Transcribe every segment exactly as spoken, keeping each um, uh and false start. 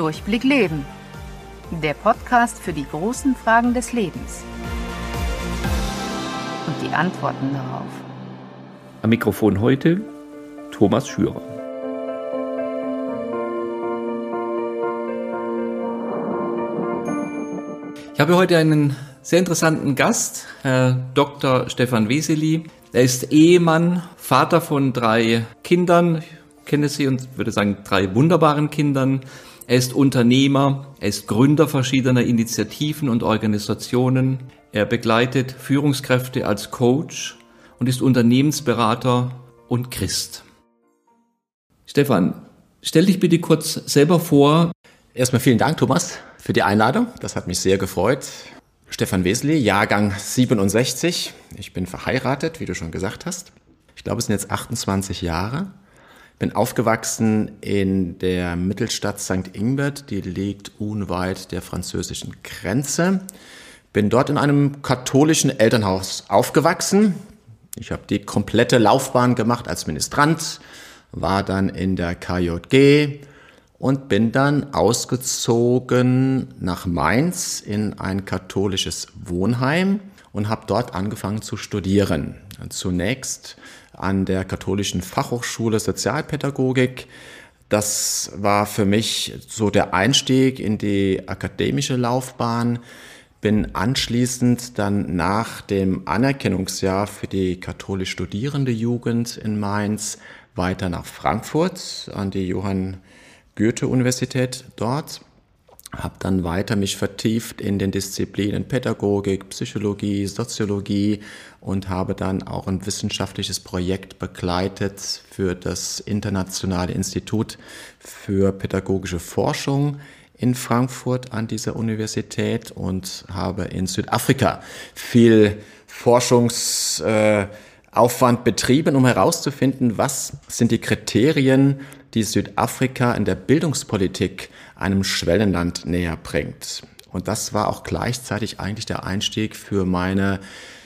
Durchblick Leben. Der Podcast für die großen Fragen des Lebens. Und die Antworten darauf. Am Mikrofon heute Thomas Schürer. Ich habe heute einen sehr interessanten Gast, Herr Doktor Stefan Wesely. Er ist Ehemann, Vater von drei Kindern, ich kenne sie und würde sagen drei wunderbaren Kindern. Er ist Unternehmer, er ist Gründer verschiedener Initiativen und Organisationen. Er begleitet Führungskräfte als Coach und ist Unternehmensberater und Christ. Stefan, stell dich bitte kurz selber vor. Erstmal vielen Dank, Thomas, für die Einladung. Das hat mich sehr gefreut. Stefan Wesely, Jahrgang siebenundsechzig. Ich bin verheiratet, wie du schon gesagt hast. Ich glaube, es sind jetzt achtundzwanzig Jahre. Bin aufgewachsen in der Mittelstadt Sankt Ingbert, die liegt unweit der französischen Grenze. Bin dort in einem katholischen Elternhaus aufgewachsen. Ich habe die komplette Laufbahn gemacht als Ministrant, war dann in der K J G und bin dann ausgezogen nach Mainz in ein katholisches Wohnheim und habe dort angefangen zu studieren. Zunächst an der katholischen Fachhochschule Sozialpädagogik. Das war für mich so der Einstieg in die akademische Laufbahn. Bin anschließend dann nach dem Anerkennungsjahr für die katholisch studierende Jugend in Mainz weiter nach Frankfurt an die Johann Goethe-Universität dort. Habe dann weiter mich vertieft in den Disziplinen Pädagogik, Psychologie, Soziologie und habe dann auch ein wissenschaftliches Projekt begleitet für das Internationale Institut für Pädagogische Forschung in Frankfurt an dieser Universität und habe in Südafrika viel Forschungsaufwand betrieben, um herauszufinden, was sind die Kriterien, die Südafrika in der Bildungspolitik einem Schwellenland näher bringt. Und das war auch gleichzeitig eigentlich der Einstieg für meine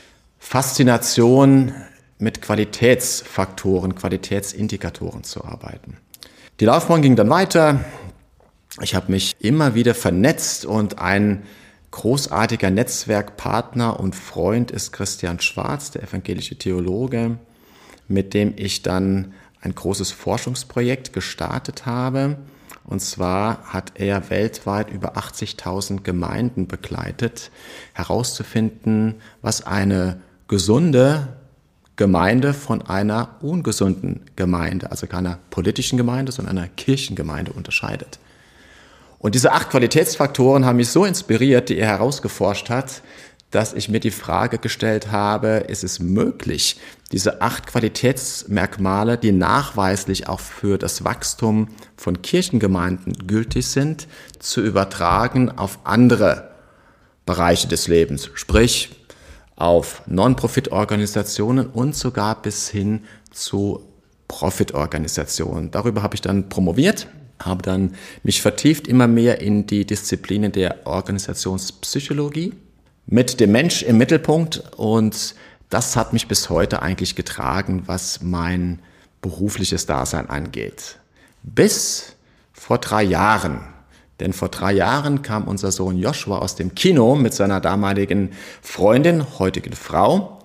Faszination, mit Qualitätsfaktoren, Qualitätsindikatoren zu arbeiten. Die Laufbahn ging dann weiter. Ich habe mich immer wieder vernetzt und ein großartiger Netzwerkpartner und Freund ist Christian Schwarz, der evangelische Theologe, mit dem ich dann ein großes Forschungsprojekt gestartet habe. Und zwar hat er weltweit über achtzigtausend Gemeinden begleitet, herauszufinden, was eine gesunde Gemeinde von einer ungesunden Gemeinde, also keiner politischen Gemeinde, sondern einer Kirchengemeinde unterscheidet. Und diese acht Qualitätsfaktoren haben mich so inspiriert, die er herausgeforscht hat, dass ich mir die Frage gestellt habe, ist es möglich, diese acht Qualitätsmerkmale, die nachweislich auch für das Wachstum von Kirchengemeinden gültig sind, zu übertragen auf andere Bereiche des Lebens, sprich auf Non-Profit-Organisationen und sogar bis hin zu Profit-Organisationen. Darüber habe ich dann promoviert, habe dann mich vertieft immer mehr in die Disziplinen der Organisationspsychologie, mit dem Mensch im Mittelpunkt, und das hat mich bis heute eigentlich getragen, was mein berufliches Dasein angeht. Bis vor drei Jahren. Denn vor drei Jahren kam unser Sohn Joshua aus dem Kino mit seiner damaligen Freundin, heutigen Frau.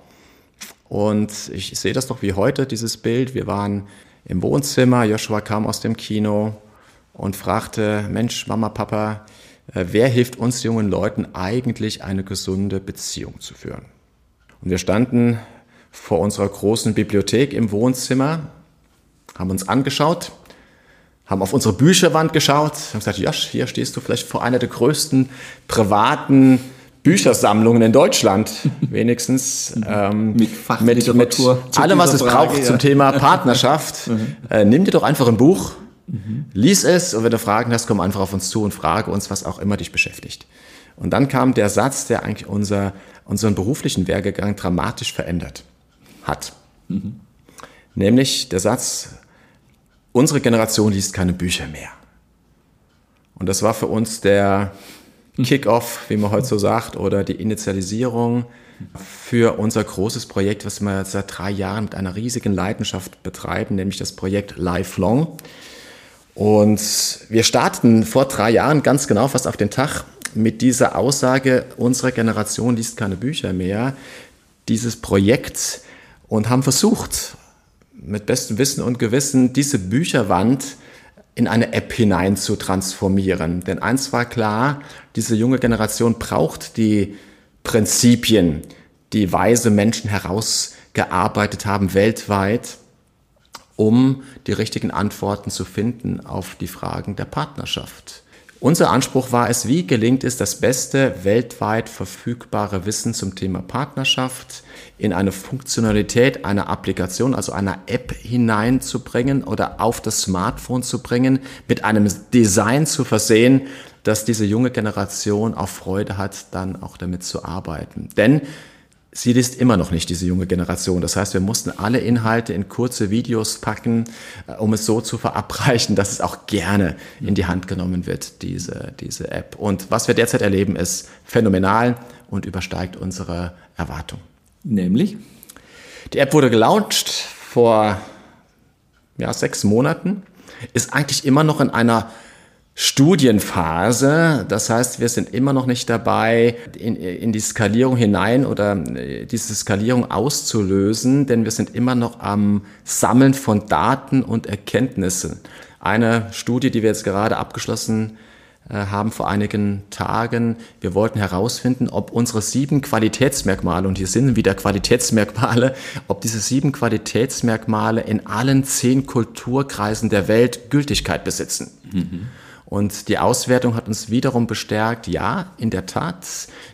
Und ich sehe das doch wie heute, dieses Bild. Wir waren im Wohnzimmer, Joshua kam aus dem Kino und fragte, Mensch, Mama, Papa, wer hilft uns jungen Leuten eigentlich, eine gesunde Beziehung zu führen? Und wir standen vor unserer großen Bibliothek im Wohnzimmer, haben uns angeschaut, haben auf unsere Bücherwand geschaut, haben gesagt, Josh, hier stehst du vielleicht vor einer der größten privaten Büchersammlungen in Deutschland, wenigstens ähm, mit Fachliteratur, mit, mit allem, was es Frage, braucht ja. zum Thema Partnerschaft. äh, nimm dir doch einfach ein Buch, Mhm. lies es, und wenn du Fragen hast, komm einfach auf uns zu und frage uns, was auch immer dich beschäftigt. Und dann kam der Satz, der eigentlich unser, unseren beruflichen Werdegang dramatisch verändert hat. Mhm. Nämlich der Satz, unsere Generation liest keine Bücher mehr. Und das war für uns der Kick-off, wie man heute so sagt, oder die Initialisierung für unser großes Projekt, was wir seit drei Jahren mit einer riesigen Leidenschaft betreiben, nämlich das Projekt Lifelong. Und wir starteten vor drei Jahren ganz genau fast auf den Tag mit dieser Aussage, unsere Generation liest keine Bücher mehr, dieses Projekt, und haben versucht, mit bestem Wissen und Gewissen diese Bücherwand in eine App hinein zu transformieren. Denn eins war klar, diese junge Generation braucht die Prinzipien, die weise Menschen herausgearbeitet haben weltweit, um die richtigen Antworten zu finden auf die Fragen der Partnerschaft. Unser Anspruch war es, wie gelingt es, das beste weltweit verfügbare Wissen zum Thema Partnerschaft in eine Funktionalität einer Applikation, also einer App hineinzubringen oder auf das Smartphone zu bringen, mit einem Design zu versehen, dass diese junge Generation auch Freude hat, dann auch damit zu arbeiten. Denn sie liest immer noch nicht, diese junge Generation. Das heißt, wir mussten alle Inhalte in kurze Videos packen, um es so zu verabreichen, dass es auch gerne in die Hand genommen wird, diese, diese App. Und was wir derzeit erleben, ist phänomenal und übersteigt unsere Erwartung. Nämlich? Die App wurde gelauncht vor ja, sechs Monaten, ist eigentlich immer noch in einer Studienphase, das heißt, wir sind immer noch nicht dabei, in, in die Skalierung hinein oder diese Skalierung auszulösen, denn wir sind immer noch am Sammeln von Daten und Erkenntnissen. Eine Studie, die wir jetzt gerade abgeschlossen äh, haben vor einigen Tagen, wir wollten herausfinden, ob unsere sieben Qualitätsmerkmale, und hier sind wieder Qualitätsmerkmale, ob diese sieben Qualitätsmerkmale in allen zehn Kulturkreisen der Welt Gültigkeit besitzen. Mhm. Und die Auswertung hat uns wiederum bestärkt, ja, in der Tat,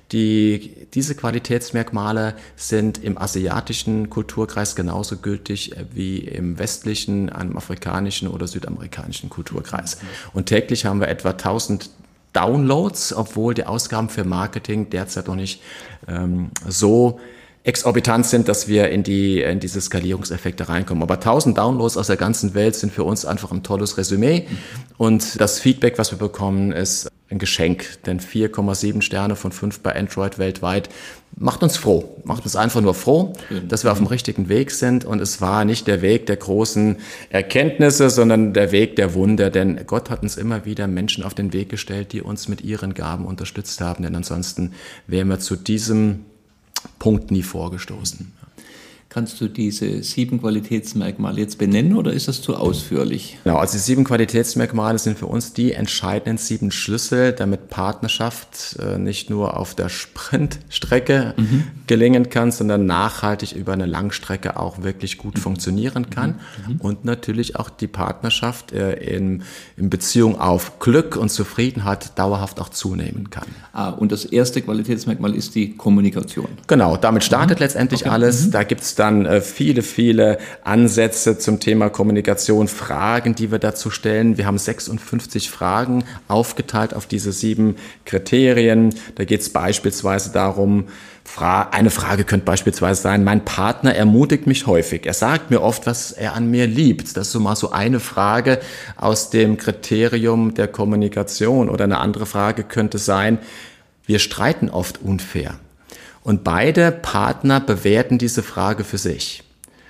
die, diese Qualitätsmerkmale sind im asiatischen Kulturkreis genauso gültig wie im westlichen, einem afrikanischen oder südamerikanischen Kulturkreis. Und täglich haben wir etwa tausend Downloads, obwohl die Ausgaben für Marketing derzeit noch nicht ähm, so exorbitant sind, dass wir in die in diese Skalierungseffekte reinkommen. Aber tausend Downloads aus der ganzen Welt sind für uns einfach ein tolles Resümee. Und das Feedback, was wir bekommen, ist ein Geschenk. Denn vier Komma sieben Sterne von fünf bei Android weltweit macht uns froh. Macht uns einfach nur froh, dass wir auf dem richtigen Weg sind. Und es war nicht der Weg der großen Erkenntnisse, sondern der Weg der Wunder. Denn Gott hat uns immer wieder Menschen auf den Weg gestellt, die uns mit ihren Gaben unterstützt haben. Denn ansonsten wären wir zu diesem Punkt nie vorgestoßen. Kannst du diese sieben Qualitätsmerkmale jetzt benennen oder ist das zu ausführlich? Genau, also die sieben Qualitätsmerkmale sind für uns die entscheidenden sieben Schlüssel, damit Partnerschaft äh, nicht nur auf der Sprintstrecke mhm. gelingen kann, sondern nachhaltig über eine Langstrecke auch wirklich gut mhm. funktionieren kann mhm. und natürlich auch die Partnerschaft äh, in, in Beziehung auf Glück und Zufriedenheit dauerhaft auch zunehmen kann. Ah, und das erste Qualitätsmerkmal ist die Kommunikation. Genau, damit startet mhm. letztendlich okay. alles. Mhm. Da gibt es dann äh, viele, viele Ansätze zum Thema Kommunikation, Fragen, die wir dazu stellen. Wir haben sechsundfünfzig Fragen aufgeteilt auf diese sieben Kriterien. Da geht es beispielsweise darum, Fra- eine Frage könnte beispielsweise sein, mein Partner ermutigt mich häufig. Er sagt mir oft, was er an mir liebt. Das ist so mal so eine Frage aus dem Kriterium der Kommunikation. Oder eine andere Frage könnte sein, wir streiten oft unfair. Und beide Partner bewerten diese Frage für sich.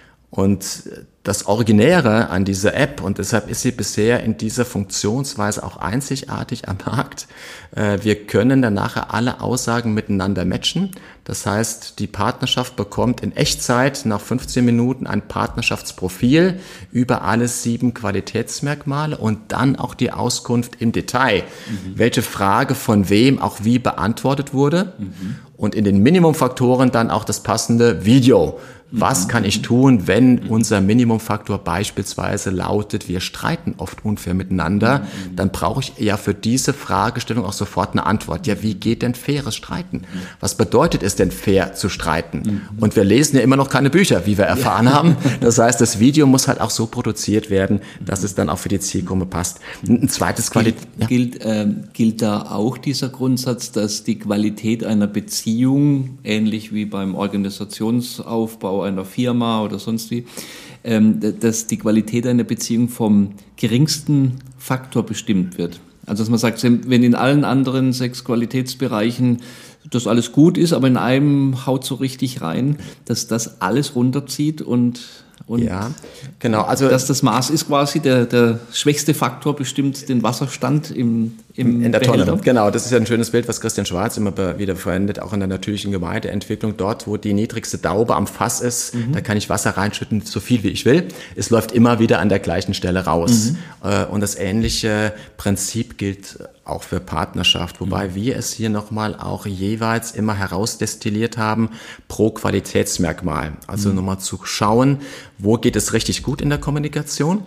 Und das Originäre an dieser App, und deshalb ist sie bisher in dieser Funktionsweise auch einzigartig am Markt, äh, wir können dann nachher alle Aussagen miteinander matchen. Das heißt, die Partnerschaft bekommt in Echtzeit nach fünfzehn Minuten ein Partnerschaftsprofil über alle sieben Qualitätsmerkmale und dann auch die Auskunft im Detail, mhm. welche Frage von wem auch wie beantwortet wurde mhm. und in den Minimumfaktoren dann auch das passende Video. Was kann ich tun, wenn unser Minimumfaktor beispielsweise lautet, wir streiten oft unfair miteinander, dann brauche ich ja für diese Fragestellung auch sofort eine Antwort. Ja, wie geht denn faires Streiten? Was bedeutet es denn, fair zu streiten? Und wir lesen ja immer noch keine Bücher, wie wir erfahren haben. Das heißt, das Video muss halt auch so produziert werden, dass es dann auch für die Zielgruppe passt. Ein zweites Qualität... Ja. Gilt, äh, gilt da auch dieser Grundsatz, dass die Qualität einer Beziehung, ähnlich wie beim Organisationsaufbau einer Firma oder sonst wie, ähm, dass die Qualität einer Beziehung vom geringsten Faktor bestimmt wird. Also dass man sagt, wenn in allen anderen sechs Qualitätsbereichen das alles gut ist, aber in einem haut so richtig rein, dass das alles runterzieht und Und ja, genau. Also dass das Maß ist quasi der, der schwächste Faktor, bestimmt den Wasserstand im, im in der Behälter. Tonne. Genau, das ist ja ein schönes Bild, was Christian Schwarz immer wieder verwendet, auch in der natürlichen Gemeindeentwicklung. Dort, wo die niedrigste Daube am Fass ist, mhm. da kann ich Wasser reinschütten, so viel wie ich will. Es läuft immer wieder an der gleichen Stelle raus. Mhm. Und das ähnliche Prinzip gilt auch für Partnerschaft, wobei mhm. wir es hier nochmal auch jeweils immer herausdestilliert haben pro Qualitätsmerkmal. Also mhm. nochmal zu schauen, wo geht es richtig gut in der Kommunikation?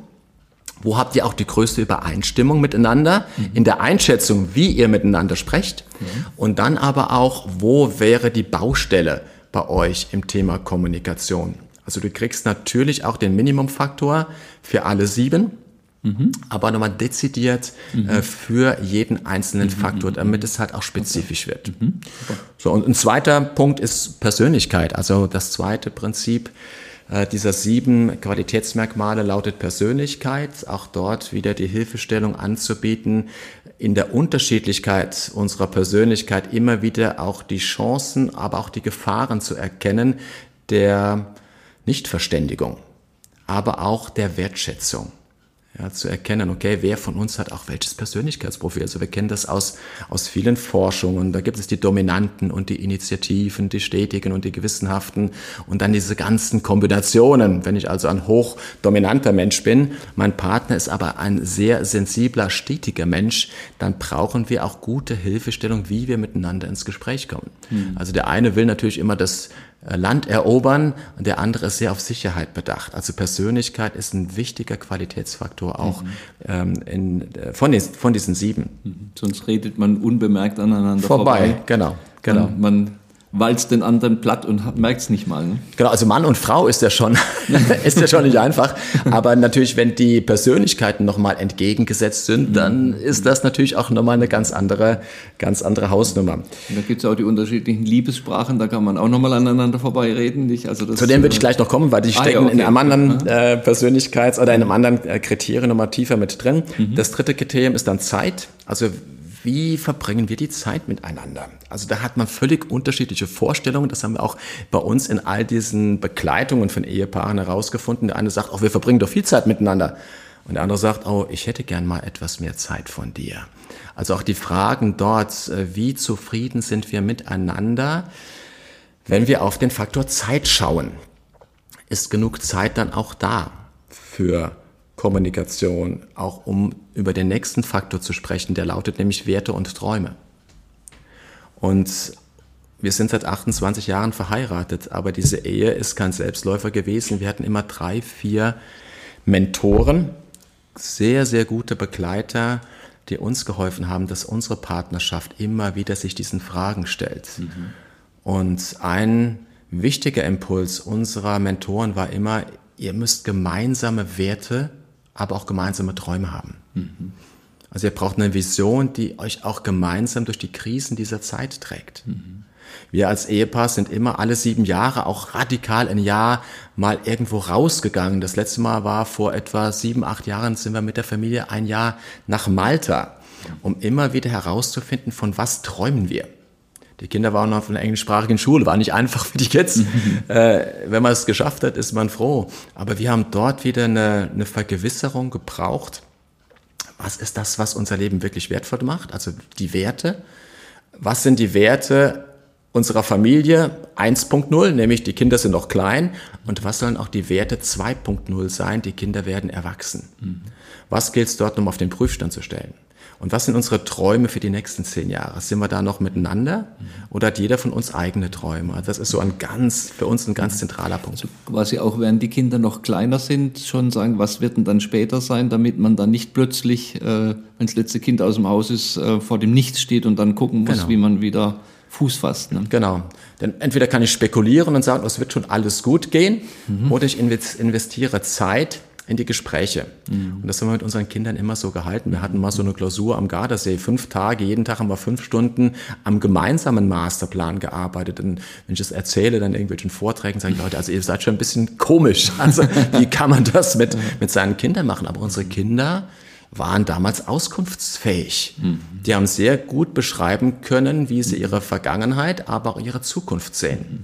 Wo habt ihr auch die größte Übereinstimmung miteinander mhm. in der Einschätzung, wie ihr miteinander sprecht? Mhm. Und dann aber auch, wo wäre die Baustelle bei euch im Thema Kommunikation? Also du kriegst natürlich auch den Minimumfaktor für alle sieben, mhm. aber nochmal dezidiert mhm. äh, für jeden einzelnen mhm. Faktor, damit es halt auch spezifisch okay. wird. Mhm. So, und ein zweiter Punkt ist Persönlichkeit. Also das zweite Prinzip dieser sieben Qualitätsmerkmale lautet Persönlichkeit, auch dort wieder die Hilfestellung anzubieten, in der Unterschiedlichkeit unserer Persönlichkeit immer wieder auch die Chancen, aber auch die Gefahren zu erkennen der Nichtverständigung, aber auch der Wertschätzung. Ja, zu erkennen, okay, wer von uns hat auch welches Persönlichkeitsprofil. Also wir kennen das aus, aus vielen Forschungen. Da gibt es die Dominanten und die Initiativen, die Stetigen und die Gewissenhaften und dann diese ganzen Kombinationen. Wenn ich also ein hochdominanter Mensch bin, mein Partner ist aber ein sehr sensibler, stetiger Mensch, dann brauchen wir auch gute Hilfestellung, wie wir miteinander ins Gespräch kommen. Mhm. Also der eine will natürlich immer das Land erobern und der andere ist sehr auf Sicherheit bedacht. Also Persönlichkeit ist ein wichtiger Qualitätsfaktor auch mhm. ähm, in, von, den, von diesen sieben. Mhm. Sonst redet man unbemerkt aneinander vorbei. Vorbei, genau. genau. Man, man walzt den anderen platt und merkt es nicht mal. Ne? Genau, also Mann und Frau ist ja schon, ist ja schon nicht einfach. Aber natürlich, wenn die Persönlichkeiten nochmal entgegengesetzt sind, dann ist das natürlich auch nochmal eine ganz andere, ganz andere Hausnummer. Und da gibt es auch die unterschiedlichen Liebessprachen, da kann man auch nochmal aneinander vorbeireden. Nicht? Also das, Zu dem würde ich gleich noch kommen, weil die stecken ah, ja, okay. in einem anderen äh, Persönlichkeits- oder in einem anderen äh, Kriterium nochmal tiefer mit drin. Mhm. Das dritte Kriterium ist dann Zeit. Also wie verbringen wir die Zeit miteinander? Also da hat man völlig unterschiedliche Vorstellungen. Das haben wir auch bei uns in all diesen Begleitungen von Ehepaaren herausgefunden. Der eine sagt, oh, wir verbringen doch viel Zeit miteinander. Und der andere sagt, oh, ich hätte gern mal etwas mehr Zeit von dir. Also auch die Fragen dort, wie zufrieden sind wir miteinander, wenn wir auf den Faktor Zeit schauen? Ist genug Zeit dann auch da für Kommunikation, auch um über den nächsten Faktor zu sprechen, der lautet nämlich Werte und Träume. Und wir sind seit achtundzwanzig Jahren verheiratet, aber diese Ehe ist kein Selbstläufer gewesen. Wir hatten immer drei, vier Mentoren, sehr, sehr gute Begleiter, die uns geholfen haben, dass unsere Partnerschaft immer wieder sich diesen Fragen stellt. Mhm. Und ein wichtiger Impuls unserer Mentoren war immer, ihr müsst gemeinsame Werte, aber auch gemeinsame Träume haben. Mhm. Also ihr braucht eine Vision, die euch auch gemeinsam durch die Krisen dieser Zeit trägt. Mhm. Wir als Ehepaar sind immer alle sieben Jahre auch radikal ein Jahr mal irgendwo rausgegangen. Das letzte Mal war vor etwa sieben, acht Jahren sind wir mit der Familie ein Jahr nach Malta, um immer wieder herauszufinden, von was träumen wir. Die Kinder waren auf einer englischsprachigen Schule, war nicht einfach für die Kids. Mhm. Äh, wenn man es geschafft hat, ist man froh. Aber wir haben dort wieder eine, eine Vergewisserung gebraucht. Was ist das, was unser Leben wirklich wertvoll macht? Also die Werte. Was sind die Werte unserer Familie eins Punkt null, nämlich die Kinder sind noch klein. Und was sollen auch die Werte zwei Punkt null sein? Die Kinder werden erwachsen. Mhm. Was gilt es dort, um auf den Prüfstand zu stellen? Und was sind unsere Träume für die nächsten zehn Jahre? Sind wir da noch miteinander oder hat jeder von uns eigene Träume? Also das ist so ein ganz, für uns ein ganz zentraler Punkt. Also quasi auch während die Kinder noch kleiner sind, schon sagen, was wird denn dann später sein, damit man dann nicht plötzlich, äh, wenn das letzte Kind aus dem Haus ist, äh, vor dem Nichts steht und dann gucken muss, genau. wie man wieder Fuß fasst. Ne? Genau. Denn entweder kann ich spekulieren und sagen, es wird schon alles gut gehen, mhm. oder ich investiere Zeit in die Gespräche. Mhm. Und das haben wir mit unseren Kindern immer so gehalten. Wir hatten mal so eine Klausur am Gardasee, fünf Tage, jeden Tag haben wir fünf Stunden am gemeinsamen Masterplan gearbeitet. Und wenn ich das erzähle, dann in irgendwelchen Vorträgen, sagen die Leute, also ihr seid schon ein bisschen komisch. Also wie kann man das mit, mit seinen Kindern machen? Aber unsere Kinder waren damals auskunftsfähig. Mhm. Die haben sehr gut beschreiben können, wie sie ihre Vergangenheit, aber auch ihre Zukunft sehen.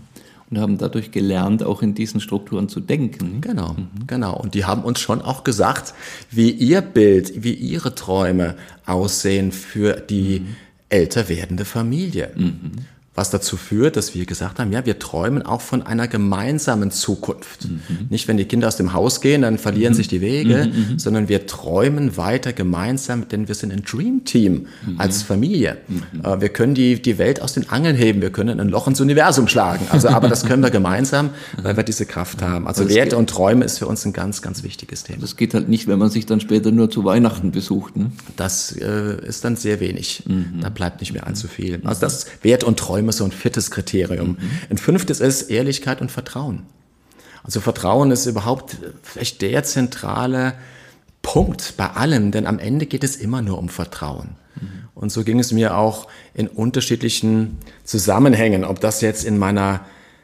Und haben dadurch gelernt, auch in diesen Strukturen zu denken. Genau, mhm. genau. Und die haben uns schon auch gesagt, wie ihr Bild, wie ihre Träume aussehen für die mhm. älter werdende Familie. Mhm. Was dazu führt, dass wir gesagt haben, ja, wir träumen auch von einer gemeinsamen Zukunft. Mhm. Nicht, wenn die Kinder aus dem Haus gehen, dann verlieren mhm. sich die Wege, mhm. sondern wir träumen weiter gemeinsam, denn wir sind ein Dream Team mhm. als Familie. Mhm. Äh, wir können die, die Welt aus den Angeln heben, wir können ein Loch ins Universum schlagen. Also, aber das können wir gemeinsam, weil wir diese Kraft haben. Also Werte und Träume ist für uns ein ganz, ganz wichtiges Thema. Das geht halt nicht, wenn man sich dann später nur zu Weihnachten besucht. Ne? Das äh, ist dann sehr wenig. Mhm. Da bleibt nicht mehr allzu viel. Also das ist Wert und Träume so ein viertes Kriterium. Mhm. Ein fünftes ist Ehrlichkeit und Vertrauen. Also Vertrauen ist überhaupt vielleicht der zentrale Punkt bei allem, denn am Ende geht es immer nur um Vertrauen. Mhm. Und so ging es mir auch in unterschiedlichen Zusammenhängen, ob das jetzt in meiner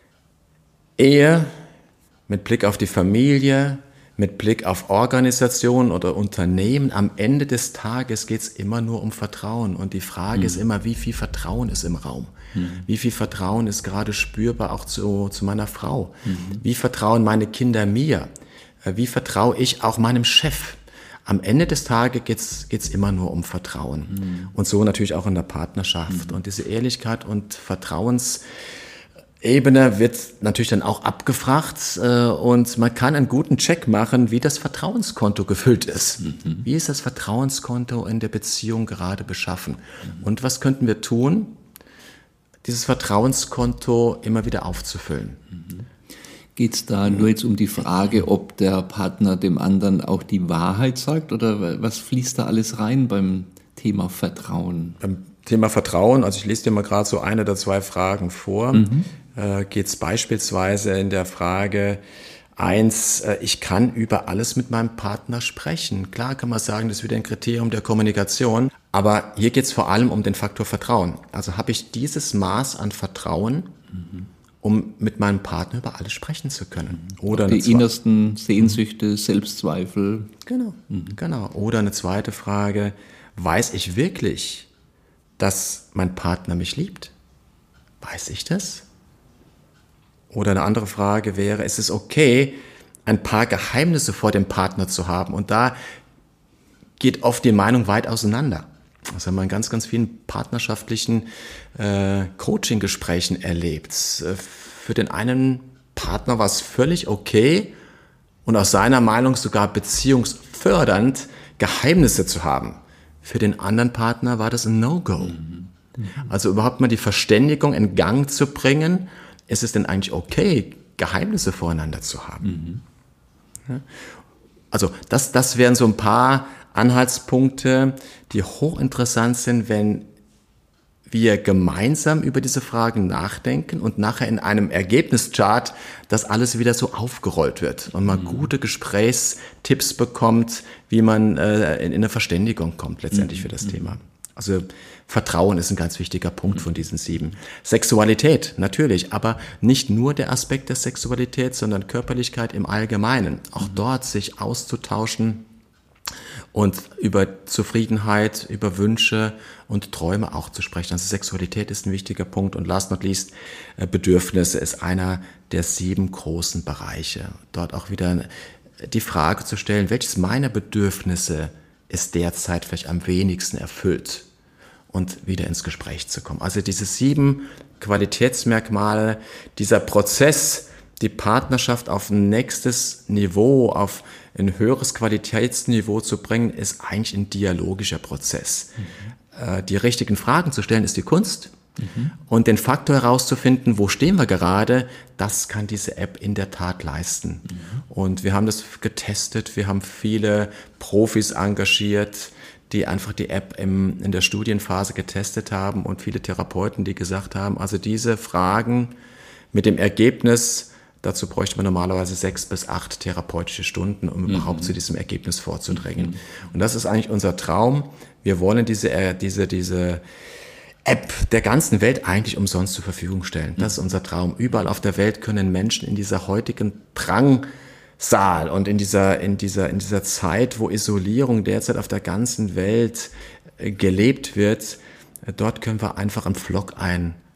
Ehe, mit Blick auf die Familie, mit Blick auf Organisationen oder Unternehmen, am Ende des Tages geht es immer nur um Vertrauen. Und die Frage mhm. ist immer, wie viel Vertrauen ist im Raum? Mhm. Wie viel Vertrauen ist gerade spürbar auch zu, zu meiner Frau? Mhm. Wie vertrauen meine Kinder mir? Wie vertraue ich auch meinem Chef? Am Ende des Tages geht es immer nur um Vertrauen. Mhm. Und so natürlich auch in der Partnerschaft. Mhm. Und diese Ehrlichkeit und Vertrauens Ebene wird natürlich dann auch abgefragt äh, und man kann einen guten Check machen, wie das Vertrauenskonto gefüllt ist. Mhm. Wie ist das Vertrauenskonto in der Beziehung gerade beschaffen? Mhm. Und was könnten wir tun, dieses Vertrauenskonto immer wieder aufzufüllen? Mhm. Geht es da nur jetzt um die Frage, ob der Partner dem anderen auch die Wahrheit sagt oder was fließt da alles rein beim Thema Vertrauen? Beim Thema Vertrauen, also ich lese dir mal gerade so eine oder zwei Fragen vor. Mhm. Äh, geht es beispielsweise in der Frage eins, äh, ich kann über alles mit meinem Partner sprechen. Klar kann man sagen, das ist wieder ein Kriterium der Kommunikation, aber hier geht es vor allem um den Faktor Vertrauen. Also habe ich dieses Maß an Vertrauen, mhm. um mit meinem Partner über alles sprechen zu können. Oder die innersten Sehnsüchte, mhm. Selbstzweifel. Genau, mhm. genau. Oder eine zweite Frage, weiß ich wirklich, dass mein Partner mich liebt? Weiß ich das? Oder eine andere Frage wäre, ist es okay, ein paar Geheimnisse vor dem Partner zu haben? Und da geht oft die Meinung weit auseinander. Das haben wir in ganz, ganz vielen partnerschaftlichen äh, Coaching-Gesprächen erlebt. Für den einen Partner war es völlig okay und aus seiner Meinung sogar beziehungsfördernd, Geheimnisse zu haben. Für den anderen Partner war das ein No-Go. Mhm. Mhm. Also überhaupt mal die Verständigung in Gang zu bringen, ist es denn eigentlich okay, Geheimnisse voreinander zu haben? Mhm. Ja? Also das, das wären so ein paar Anhaltspunkte, die hochinteressant sind, wenn wir gemeinsam über diese Fragen nachdenken und nachher in einem Ergebnischart das alles wieder so aufgerollt wird und man mhm. gute Gesprächstipps bekommt, wie man äh, in, in eine Verständigung kommt letztendlich mhm. für das mhm. Thema. Also Vertrauen ist ein ganz wichtiger Punkt von diesen sieben. Sexualität, natürlich, aber nicht nur der Aspekt der Sexualität, sondern Körperlichkeit im Allgemeinen. Auch mhm. dort sich auszutauschen und über Zufriedenheit, über Wünsche und Träume auch zu sprechen. Also Sexualität ist ein wichtiger Punkt und last not least, Bedürfnisse ist einer der sieben großen Bereiche. Dort auch wieder die Frage zu stellen, welches meiner Bedürfnisse ist derzeit vielleicht am wenigsten erfüllt und wieder ins Gespräch zu kommen. Also diese sieben Qualitätsmerkmale, dieser Prozess, die Partnerschaft auf ein nächstes Niveau, auf ein höheres Qualitätsniveau zu bringen, ist eigentlich ein dialogischer Prozess. Mhm. Die richtigen Fragen zu stellen, ist die Kunst. Mhm. Und den Faktor herauszufinden, wo stehen wir gerade, das kann diese App in der Tat leisten. Mhm. Und wir haben das getestet, wir haben viele Profis engagiert, die einfach die App im, in der Studienphase getestet haben und viele Therapeuten, die gesagt haben, also diese Fragen mit dem Ergebnis, dazu bräuchte man normalerweise sechs bis acht therapeutische Stunden, um mhm. überhaupt zu diesem Ergebnis vorzudringen. Mhm. Und das ist eigentlich unser Traum. Wir wollen diese, äh, diese, diese App der ganzen Welt eigentlich umsonst zur Verfügung stellen. Das ist unser Traum. Überall auf der Welt können Menschen in dieser heutigen Drangsal und in dieser, in dieser, in dieser Zeit, wo Isolierung derzeit auf der ganzen Welt äh, gelebt wird, äh, dort können wir einfach einen Vlog ein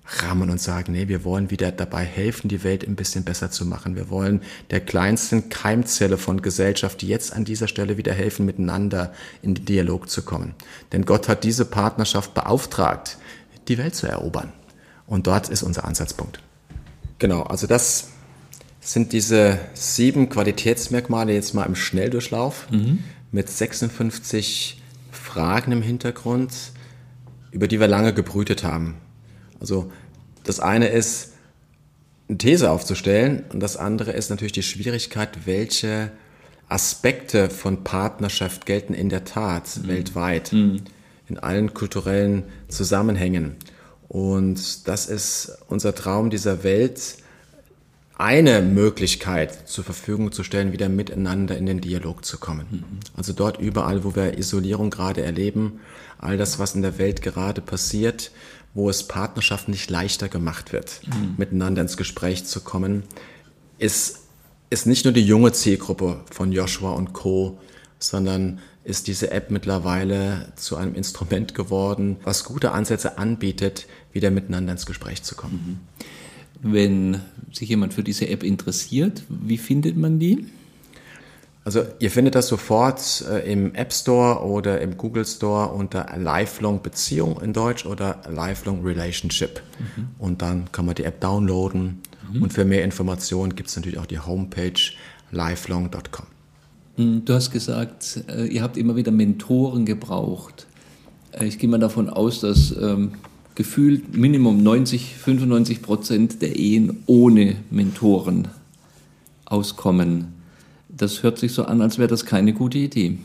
rammen und sagen, nee, wir wollen wieder dabei helfen, die Welt ein bisschen besser zu machen. Wir wollen der kleinsten Keimzelle von Gesellschaft, die jetzt an dieser Stelle wieder helfen, miteinander in den Dialog zu kommen. Denn Gott hat diese Partnerschaft beauftragt, die Welt zu erobern. Und dort ist unser Ansatzpunkt. Genau, also das sind diese sieben Qualitätsmerkmale jetzt mal im Schnelldurchlauf mhm. mit sechsundfünfzig Fragen im Hintergrund, über die wir lange gebrütet haben. Also das eine ist, eine These aufzustellen und das andere ist natürlich die Schwierigkeit, welche Aspekte von Partnerschaft gelten in der Tat mhm. weltweit, mhm. in allen kulturellen Zusammenhängen. Und das ist unser Traum dieser Welt, eine Möglichkeit zur Verfügung zu stellen, wieder miteinander in den Dialog zu kommen. Mhm. Also dort überall, wo wir Isolierung gerade erleben, all das, was in der Welt gerade passiert, wo es Partnerschaft nicht leichter gemacht wird, mhm. miteinander ins Gespräch zu kommen, ist, ist nicht nur die junge Zielgruppe von Joshua und Co., sondern ist diese App mittlerweile zu einem Instrument geworden, was gute Ansätze anbietet, wieder miteinander ins Gespräch zu kommen. Wenn sich jemand für diese App interessiert, wie findet man die? Also ihr findet das sofort äh, im App Store oder im Google Store unter Lifelong Beziehung in Deutsch oder Lifelong Relationship. Mhm. Und dann kann man die App downloaden. Mhm. Und für mehr Informationen gibt es natürlich auch die Homepage lifelong Punkt com. Du hast gesagt, ihr habt immer wieder Mentoren gebraucht. Ich gehe mal davon aus, dass ähm, gefühlt Minimum neunzig, fünfundneunzig Prozent der Ehen ohne Mentoren auskommen. Das hört sich so an, als wäre das keine gute Idee.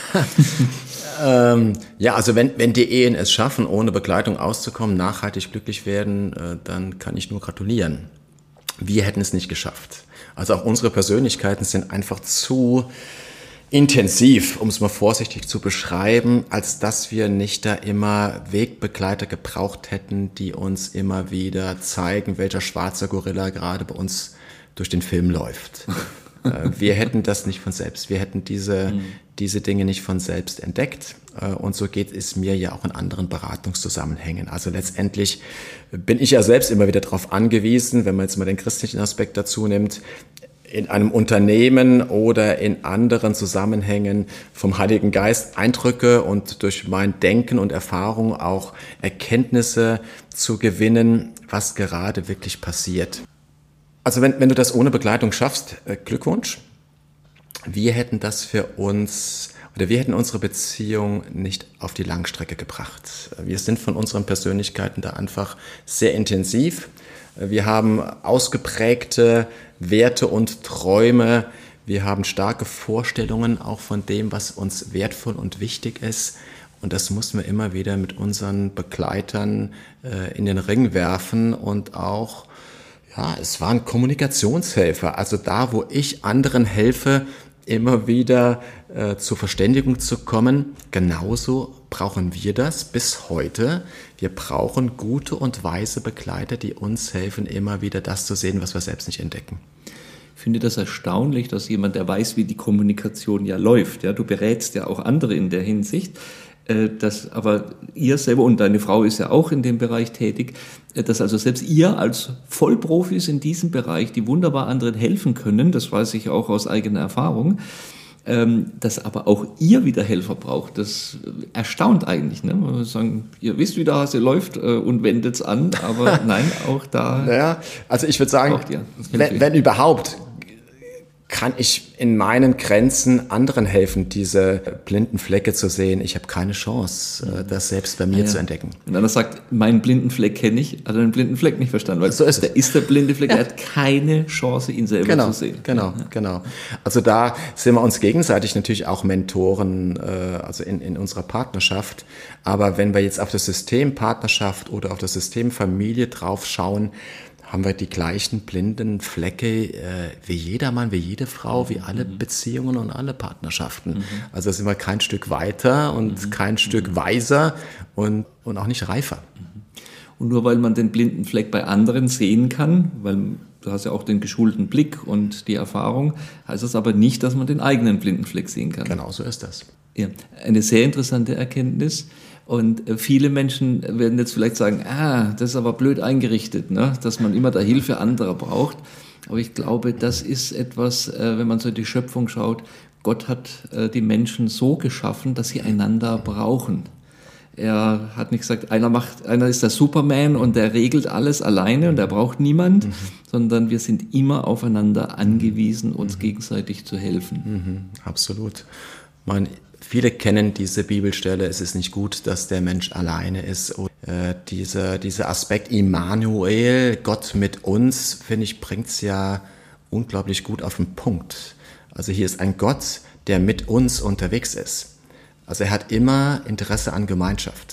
ähm, ja, also wenn, wenn die Ehen es schaffen, ohne Begleitung auszukommen, nachhaltig glücklich werden, äh, dann kann ich nur gratulieren. Wir hätten es nicht geschafft. Also auch unsere Persönlichkeiten sind einfach zu intensiv, um es mal vorsichtig zu beschreiben, als dass wir nicht da immer Wegbegleiter gebraucht hätten, die uns immer wieder zeigen, welcher schwarze Gorilla gerade bei uns durch den Film läuft. Wir hätten das nicht von selbst. Wir hätten diese, mhm. diese Dinge nicht von selbst entdeckt. Und so geht es mir ja auch in anderen Beratungszusammenhängen. Also letztendlich bin ich ja selbst immer wieder darauf angewiesen, wenn man jetzt mal den christlichen Aspekt dazu nimmt, in einem Unternehmen oder in anderen Zusammenhängen vom Heiligen Geist Eindrücke und durch mein Denken und Erfahrung auch Erkenntnisse zu gewinnen, was gerade wirklich passiert. Also wenn, wenn du das ohne Begleitung schaffst, äh, Glückwunsch. Wir hätten das für uns, oder wir hätten unsere Beziehung nicht auf die Langstrecke gebracht. Wir sind von unseren Persönlichkeiten da einfach sehr intensiv. Wir haben ausgeprägte Werte und Träume. Wir haben starke Vorstellungen auch von dem, was uns wertvoll und wichtig ist. Und das mussten wir immer wieder mit unseren Begleitern äh, in den Ring werfen und auch Ja, es waren Kommunikationshelfer, also da, wo ich anderen helfe, immer wieder äh, zur Verständigung zu kommen. Genauso brauchen wir das bis heute. Wir brauchen gute und weise Begleiter, die uns helfen, immer wieder das zu sehen, was wir selbst nicht entdecken. Ich finde das erstaunlich, dass jemand, der weiß, wie die Kommunikation ja läuft, ja, du berätst ja auch andere in der Hinsicht, dass aber ihr selber, und deine Frau ist ja auch in dem Bereich tätig, dass also selbst ihr als Vollprofis in diesem Bereich, die wunderbar anderen helfen können, das weiß ich auch aus eigener Erfahrung, dass aber auch ihr wieder Helfer braucht. Das erstaunt eigentlich. Ne? Man muss sagen, ihr wisst, wie der Hase läuft und wendet's an, aber nein, auch da. Naja, also ich würde sagen, wenn, wenn überhaupt, kann ich in meinen Grenzen anderen helfen, diese blinden Flecke zu sehen. Ich habe keine Chance, das selbst bei mir ja, ja. zu entdecken. Wenn einer sagt, meinen blinden Fleck kenne ich, hat er den blinden Fleck nicht verstanden, weil so ist der ist der blinde Fleck, ja. Er hat keine Chance, ihn selber genau, zu sehen. Genau, ja. genau. Also da sind wir uns gegenseitig natürlich auch Mentoren, also in, in unserer Partnerschaft. Aber wenn wir jetzt auf das System Partnerschaft oder auf das System Familie drauf schauen, haben wir die gleichen blinden Flecke äh, wie jeder Mann, wie jede Frau, wie alle mhm. Beziehungen und alle Partnerschaften. Mhm. Also sind wir kein Stück weiter und mhm. kein Stück weiser und, und auch nicht reifer. Und nur weil man den blinden Fleck bei anderen sehen kann, weil du hast ja auch den geschulten Blick und die Erfahrung, heißt das aber nicht, dass man den eigenen blinden Fleck sehen kann. Genau so ist das. Ja, eine sehr interessante Erkenntnis. Und viele Menschen werden jetzt vielleicht sagen, ah, das ist aber blöd eingerichtet, ne? Dass man immer da Hilfe anderer braucht. Aber ich glaube, das ist etwas, wenn man so in die Schöpfung schaut, Gott hat die Menschen so geschaffen, dass sie einander brauchen. Er hat nicht gesagt, einer macht, einer ist der Superman und der regelt alles alleine und er braucht niemand, mhm. sondern wir sind immer aufeinander angewiesen, uns mhm. gegenseitig zu helfen. Mhm, absolut. Man, viele kennen diese Bibelstelle, es ist nicht gut, dass der Mensch alleine ist. Und, äh, dieser, dieser Aspekt Immanuel, Gott mit uns, finde ich, bringt es ja unglaublich gut auf den Punkt. Also hier ist ein Gott, der mit uns unterwegs ist. Also er hat immer Interesse an Gemeinschaft.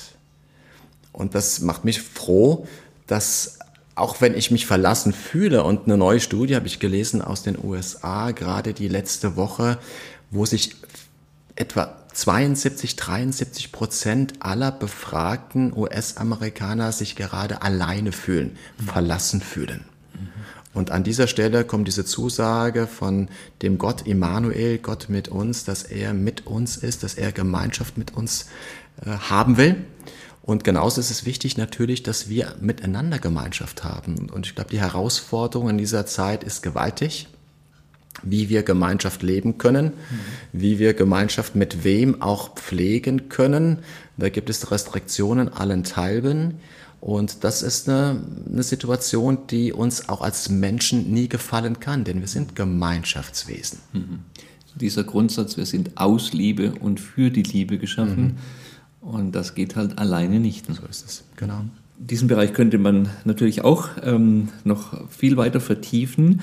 Und das macht mich froh, dass auch wenn ich mich verlassen fühle, und eine neue Studie habe ich gelesen aus den U S A, gerade die letzte Woche, wo sich etwa zweiundsiebzig, dreiundsiebzig Prozent aller befragten U S-Amerikaner sich gerade alleine fühlen, mhm. verlassen fühlen. Und an dieser Stelle kommt diese Zusage von dem Gott Immanuel, Gott mit uns, dass er mit uns ist, dass er Gemeinschaft mit uns äh, haben will. Und genauso ist es wichtig natürlich, dass wir miteinander Gemeinschaft haben. Und ich glaube, die Herausforderung in dieser Zeit ist gewaltig, wie wir Gemeinschaft leben können, mhm. wie wir Gemeinschaft mit wem auch pflegen können. Da gibt es Restriktionen allenthalben. Und das ist eine, eine Situation, die uns auch als Menschen nie gefallen kann, denn wir sind Gemeinschaftswesen. Mhm. Dieser Grundsatz, wir sind aus Liebe und für die Liebe geschaffen. Mhm. Und das geht halt alleine nicht. So ist es, genau. Diesen Bereich könnte man natürlich auch ähm, noch viel weiter vertiefen.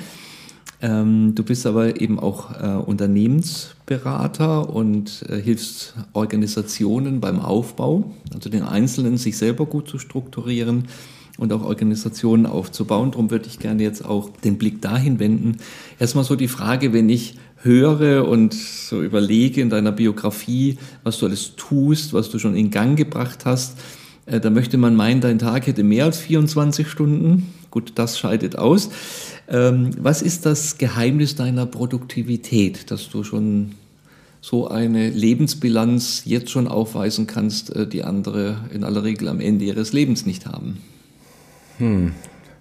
Ähm, du bist aber eben auch äh, Unternehmensberater und äh, hilfst Organisationen beim Aufbau, also den Einzelnen sich selber gut zu strukturieren und auch Organisationen aufzubauen. Darum würde ich gerne jetzt auch den Blick dahin wenden. Erstmal so die Frage, wenn ich höre und so überlege in deiner Biografie, was du alles tust, was du schon in Gang gebracht hast, äh, da möchte man meinen, dein Tag hätte mehr als vierundzwanzig Stunden. Gut, das scheidet aus. Ähm, was ist das Geheimnis deiner Produktivität, dass du schon so eine Lebensbilanz jetzt schon aufweisen kannst, äh, die andere in aller Regel am Ende ihres Lebens nicht haben? Hm.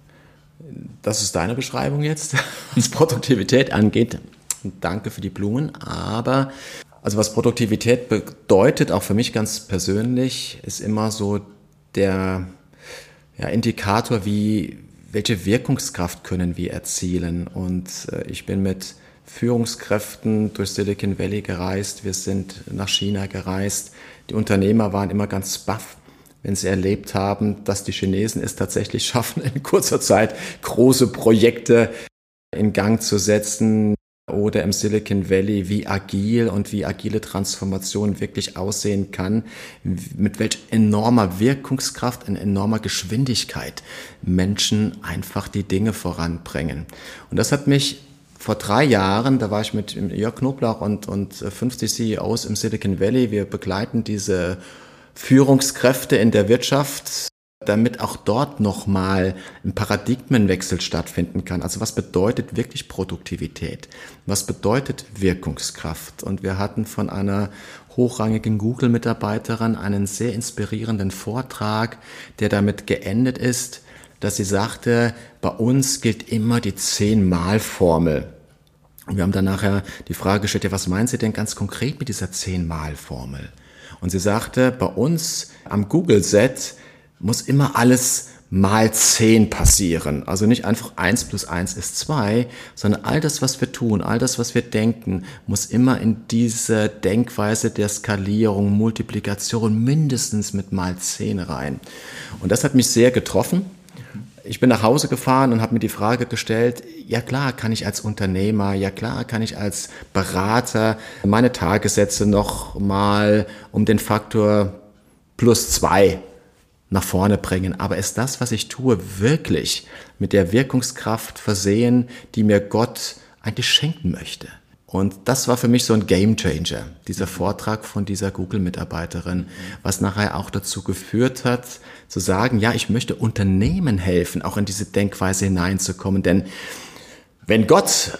Das ist deine Beschreibung jetzt, was Produktivität angeht. Danke für die Blumen. Aber also was Produktivität bedeutet, auch für mich ganz persönlich, ist immer so der ja, Indikator, wie welche Wirkungskraft können wir erzielen. Und äh, ich bin mit Führungskräften durch Silicon Valley gereist, wir sind nach China gereist. Die Unternehmer waren immer ganz baff, wenn sie erlebt haben, dass die Chinesen es tatsächlich schaffen, in kurzer Zeit große Projekte in Gang zu setzen. Oder im Silicon Valley, wie agil und wie agile Transformation wirklich aussehen kann, mit welch enormer Wirkungskraft und enormer Geschwindigkeit Menschen einfach die Dinge voranbringen. Und das hat mich vor drei Jahren, da war ich mit Jörg Knoblauch und, und fünfzig C E Os im Silicon Valley, wir begleiten diese Führungskräfte in der Wirtschaft, damit auch dort nochmal ein Paradigmenwechsel stattfinden kann. Also was bedeutet wirklich Produktivität? Was bedeutet Wirkungskraft? Und wir hatten von einer hochrangigen Google-Mitarbeiterin einen sehr inspirierenden Vortrag, der damit geendet ist, dass sie sagte, bei uns gilt immer die Zehn-Mal-Formel. Und wir haben dann nachher die Frage gestellt, ja, was meinen Sie denn ganz konkret mit dieser Zehn-Mal-Formel? Und sie sagte, bei uns am Google-Set muss immer alles mal zehn passieren. Also nicht einfach eins plus eins ist zwei, sondern all das, was wir tun, all das, was wir denken, muss immer in diese Denkweise der Skalierung, Multiplikation mindestens mit mal zehn rein. Und das hat mich sehr getroffen. Ich bin nach Hause gefahren und habe mir die Frage gestellt, ja klar kann ich als Unternehmer, ja klar kann ich als Berater meine Tagessätze noch mal um den Faktor plus zwei nach vorne bringen. Aber ist das, was ich tue, wirklich mit der Wirkungskraft versehen, die mir Gott eigentlich schenken möchte? Und das war für mich so ein Gamechanger, dieser Vortrag von dieser Google-Mitarbeiterin, was nachher auch dazu geführt hat, zu sagen, ja, ich möchte Unternehmen helfen, auch in diese Denkweise hineinzukommen. Denn wenn Gott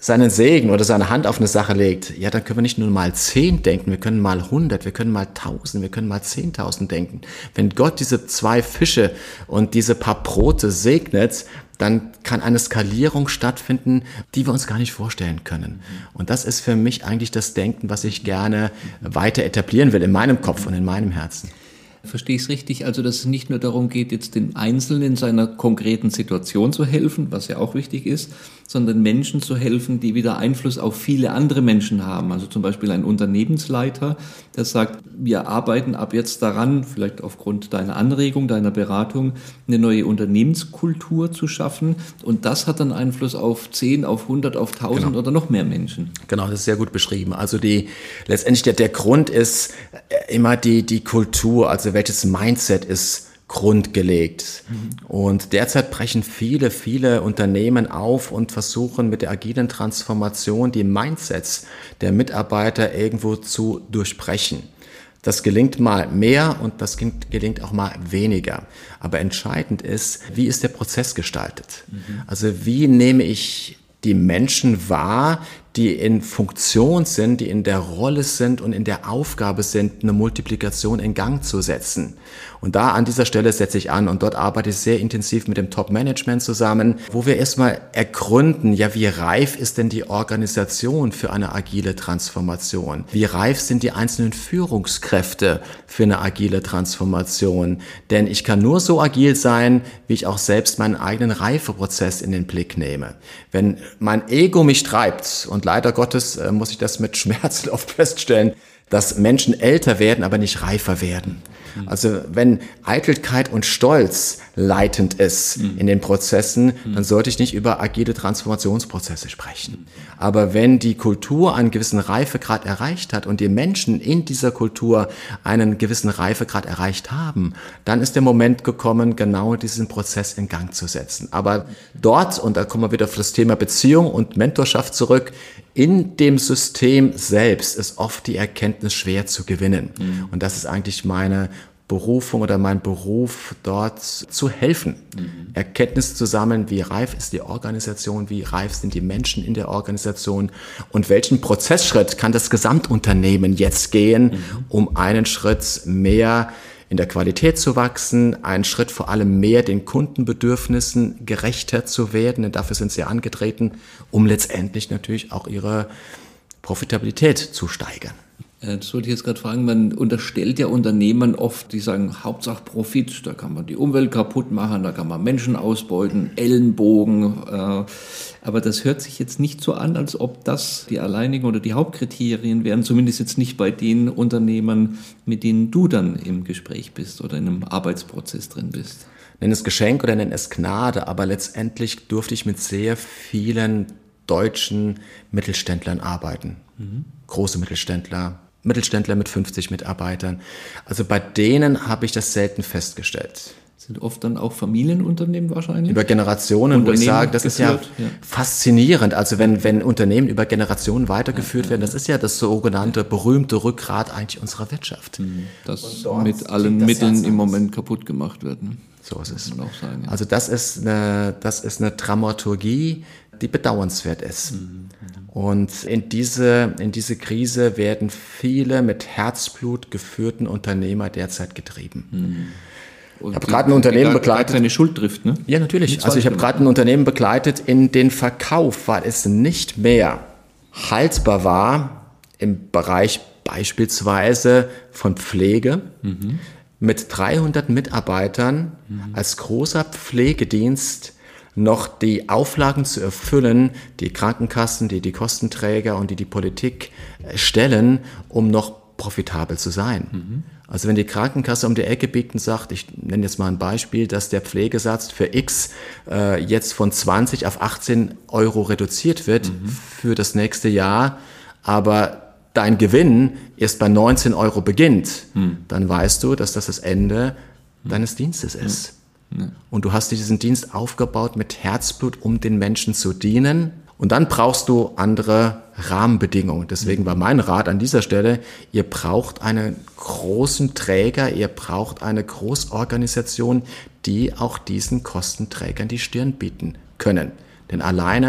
seinen Segen oder seine Hand auf eine Sache legt, ja, dann können wir nicht nur mal zehn denken, wir können mal hundert, wir können mal tausend, wir können mal zehntausend denken. Wenn Gott diese zwei Fische und diese paar Brote segnet, dann kann eine Skalierung stattfinden, die wir uns gar nicht vorstellen können. Und das ist für mich eigentlich das Denken, was ich gerne weiter etablieren will in meinem Kopf und in meinem Herzen. Verstehe ich es richtig? Also, dass es nicht nur darum geht, jetzt den Einzelnen in seiner konkreten Situation zu helfen, was ja auch wichtig ist, sondern Menschen zu helfen, die wieder Einfluss auf viele andere Menschen haben. Also zum Beispiel ein Unternehmensleiter, der sagt, wir arbeiten ab jetzt daran, vielleicht aufgrund deiner Anregung, deiner Beratung, eine neue Unternehmenskultur zu schaffen. Und das hat dann Einfluss auf zehn, auf hundert, auf tausend genau. oder noch mehr Menschen. Genau, das ist sehr gut beschrieben. Also die letztendlich der, der Grund ist immer die, die Kultur, also welches Mindset ist grundgelegt. Mhm. Und derzeit brechen viele, viele Unternehmen auf und versuchen mit der agilen Transformation die Mindsets der Mitarbeiter irgendwo zu durchbrechen. Das gelingt mal mehr und das gelingt auch mal weniger. Aber entscheidend ist, wie ist der Prozess gestaltet? Mhm. Also wie nehme ich die Menschen wahr, die in Funktion sind, die in der Rolle sind und in der Aufgabe sind, eine Multiplikation in Gang zu setzen. Und da an dieser Stelle setze ich an und dort arbeite ich sehr intensiv mit dem Top-Management zusammen, wo wir erstmal ergründen, ja, wie reif ist denn die Organisation für eine agile Transformation? Wie reif sind die einzelnen Führungskräfte für eine agile Transformation? Denn ich kann nur so agil sein, wie ich auch selbst meinen eigenen Reifeprozess in den Blick nehme. Wenn mein Ego mich treibt, und leider Gottes äh, muss ich das mit Schmerz oft feststellen, dass Menschen älter werden, aber nicht reifer werden. Mhm. Also wenn Eitelkeit und Stolz leitend ist mhm. in den Prozessen, mhm. dann sollte ich nicht über agile Transformationsprozesse sprechen. Mhm. Aber wenn die Kultur einen gewissen Reifegrad erreicht hat und die Menschen in dieser Kultur einen gewissen Reifegrad erreicht haben, dann ist der Moment gekommen, genau diesen Prozess in Gang zu setzen. Aber dort, und da kommen wir wieder auf das Thema Beziehung und Mentorschaft zurück, in dem System selbst ist oft die Erkenntnis schwer zu gewinnen. Mhm. Und das ist eigentlich meine Berufung oder mein Beruf, dort zu helfen. Mhm. Erkenntnis zu sammeln, wie reif ist die Organisation, wie reif sind die Menschen in der Organisation und welchen Prozessschritt kann das Gesamtunternehmen jetzt gehen, mhm. um einen Schritt mehr in der Qualität zu wachsen, einen Schritt vor allem mehr den Kundenbedürfnissen gerechter zu werden, denn dafür sind sie angetreten, um letztendlich natürlich auch ihre Profitabilität zu steigern. Das wollte ich jetzt gerade fragen, man unterstellt ja Unternehmern oft, die sagen, Hauptsache Profit, da kann man die Umwelt kaputt machen, da kann man Menschen ausbeuten, Ellenbogen, äh, aber das hört sich jetzt nicht so an, als ob das die alleinigen oder die Hauptkriterien wären, zumindest jetzt nicht bei den Unternehmern, mit denen du dann im Gespräch bist oder in einem Arbeitsprozess drin bist. Nenn es Geschenk oder nenn es Gnade, aber letztendlich durfte ich mit sehr vielen deutschen Mittelständlern arbeiten, mhm. große Mittelständler, Mittelständler mit fünfzig Mitarbeitern. Also bei denen habe ich das selten festgestellt. Sind oft dann auch Familienunternehmen wahrscheinlich? Über Generationen, wo ich sage, das geführt, ist ja, ja faszinierend. Also wenn, wenn Unternehmen über Generationen weitergeführt ja, ja, werden, das ist ja das sogenannte berühmte Rückgrat eigentlich unserer Wirtschaft. Das mit allen Mitteln im Moment kaputt gemacht wird. Ne? So ist es. Kann man auch sagen, ja. Also das ist eine, das ist eine Dramaturgie, die bedauernswert ist. Mhm. Und in diese, in diese Krise werden viele mit Herzblut geführten Unternehmer derzeit getrieben. Mhm. Und ich habe gerade ein Unternehmen gar, begleitet. Gar keine Schuld trifft, ne? Ja, natürlich. Also ich habe gerade ein Unternehmen begleitet in den Verkauf, weil es nicht mehr haltbar war im Bereich beispielsweise von Pflege, mhm. mit dreihundert Mitarbeitern mhm. als großer Pflegedienst noch die Auflagen zu erfüllen, die Krankenkassen, die die Kostenträger und die die Politik stellen, um noch profitabel zu sein. Mhm. Also wenn die Krankenkasse um die Ecke biegt und sagt, ich nenne jetzt mal ein Beispiel, dass der Pflegesatz für X äh, jetzt von zwanzig auf achtzehn Euro reduziert wird mhm. für das nächste Jahr, aber dein Gewinn erst bei neunzehn Euro beginnt, mhm. dann weißt du, dass das das Ende mhm. deines Dienstes ist. Mhm. Und du hast diesen Dienst aufgebaut mit Herzblut, um den Menschen zu dienen. Und dann brauchst du andere Rahmenbedingungen. Deswegen war mein Rat an dieser Stelle, ihr braucht einen großen Träger, ihr braucht eine Großorganisation, die auch diesen Kostenträgern die Stirn bieten können. Denn alleine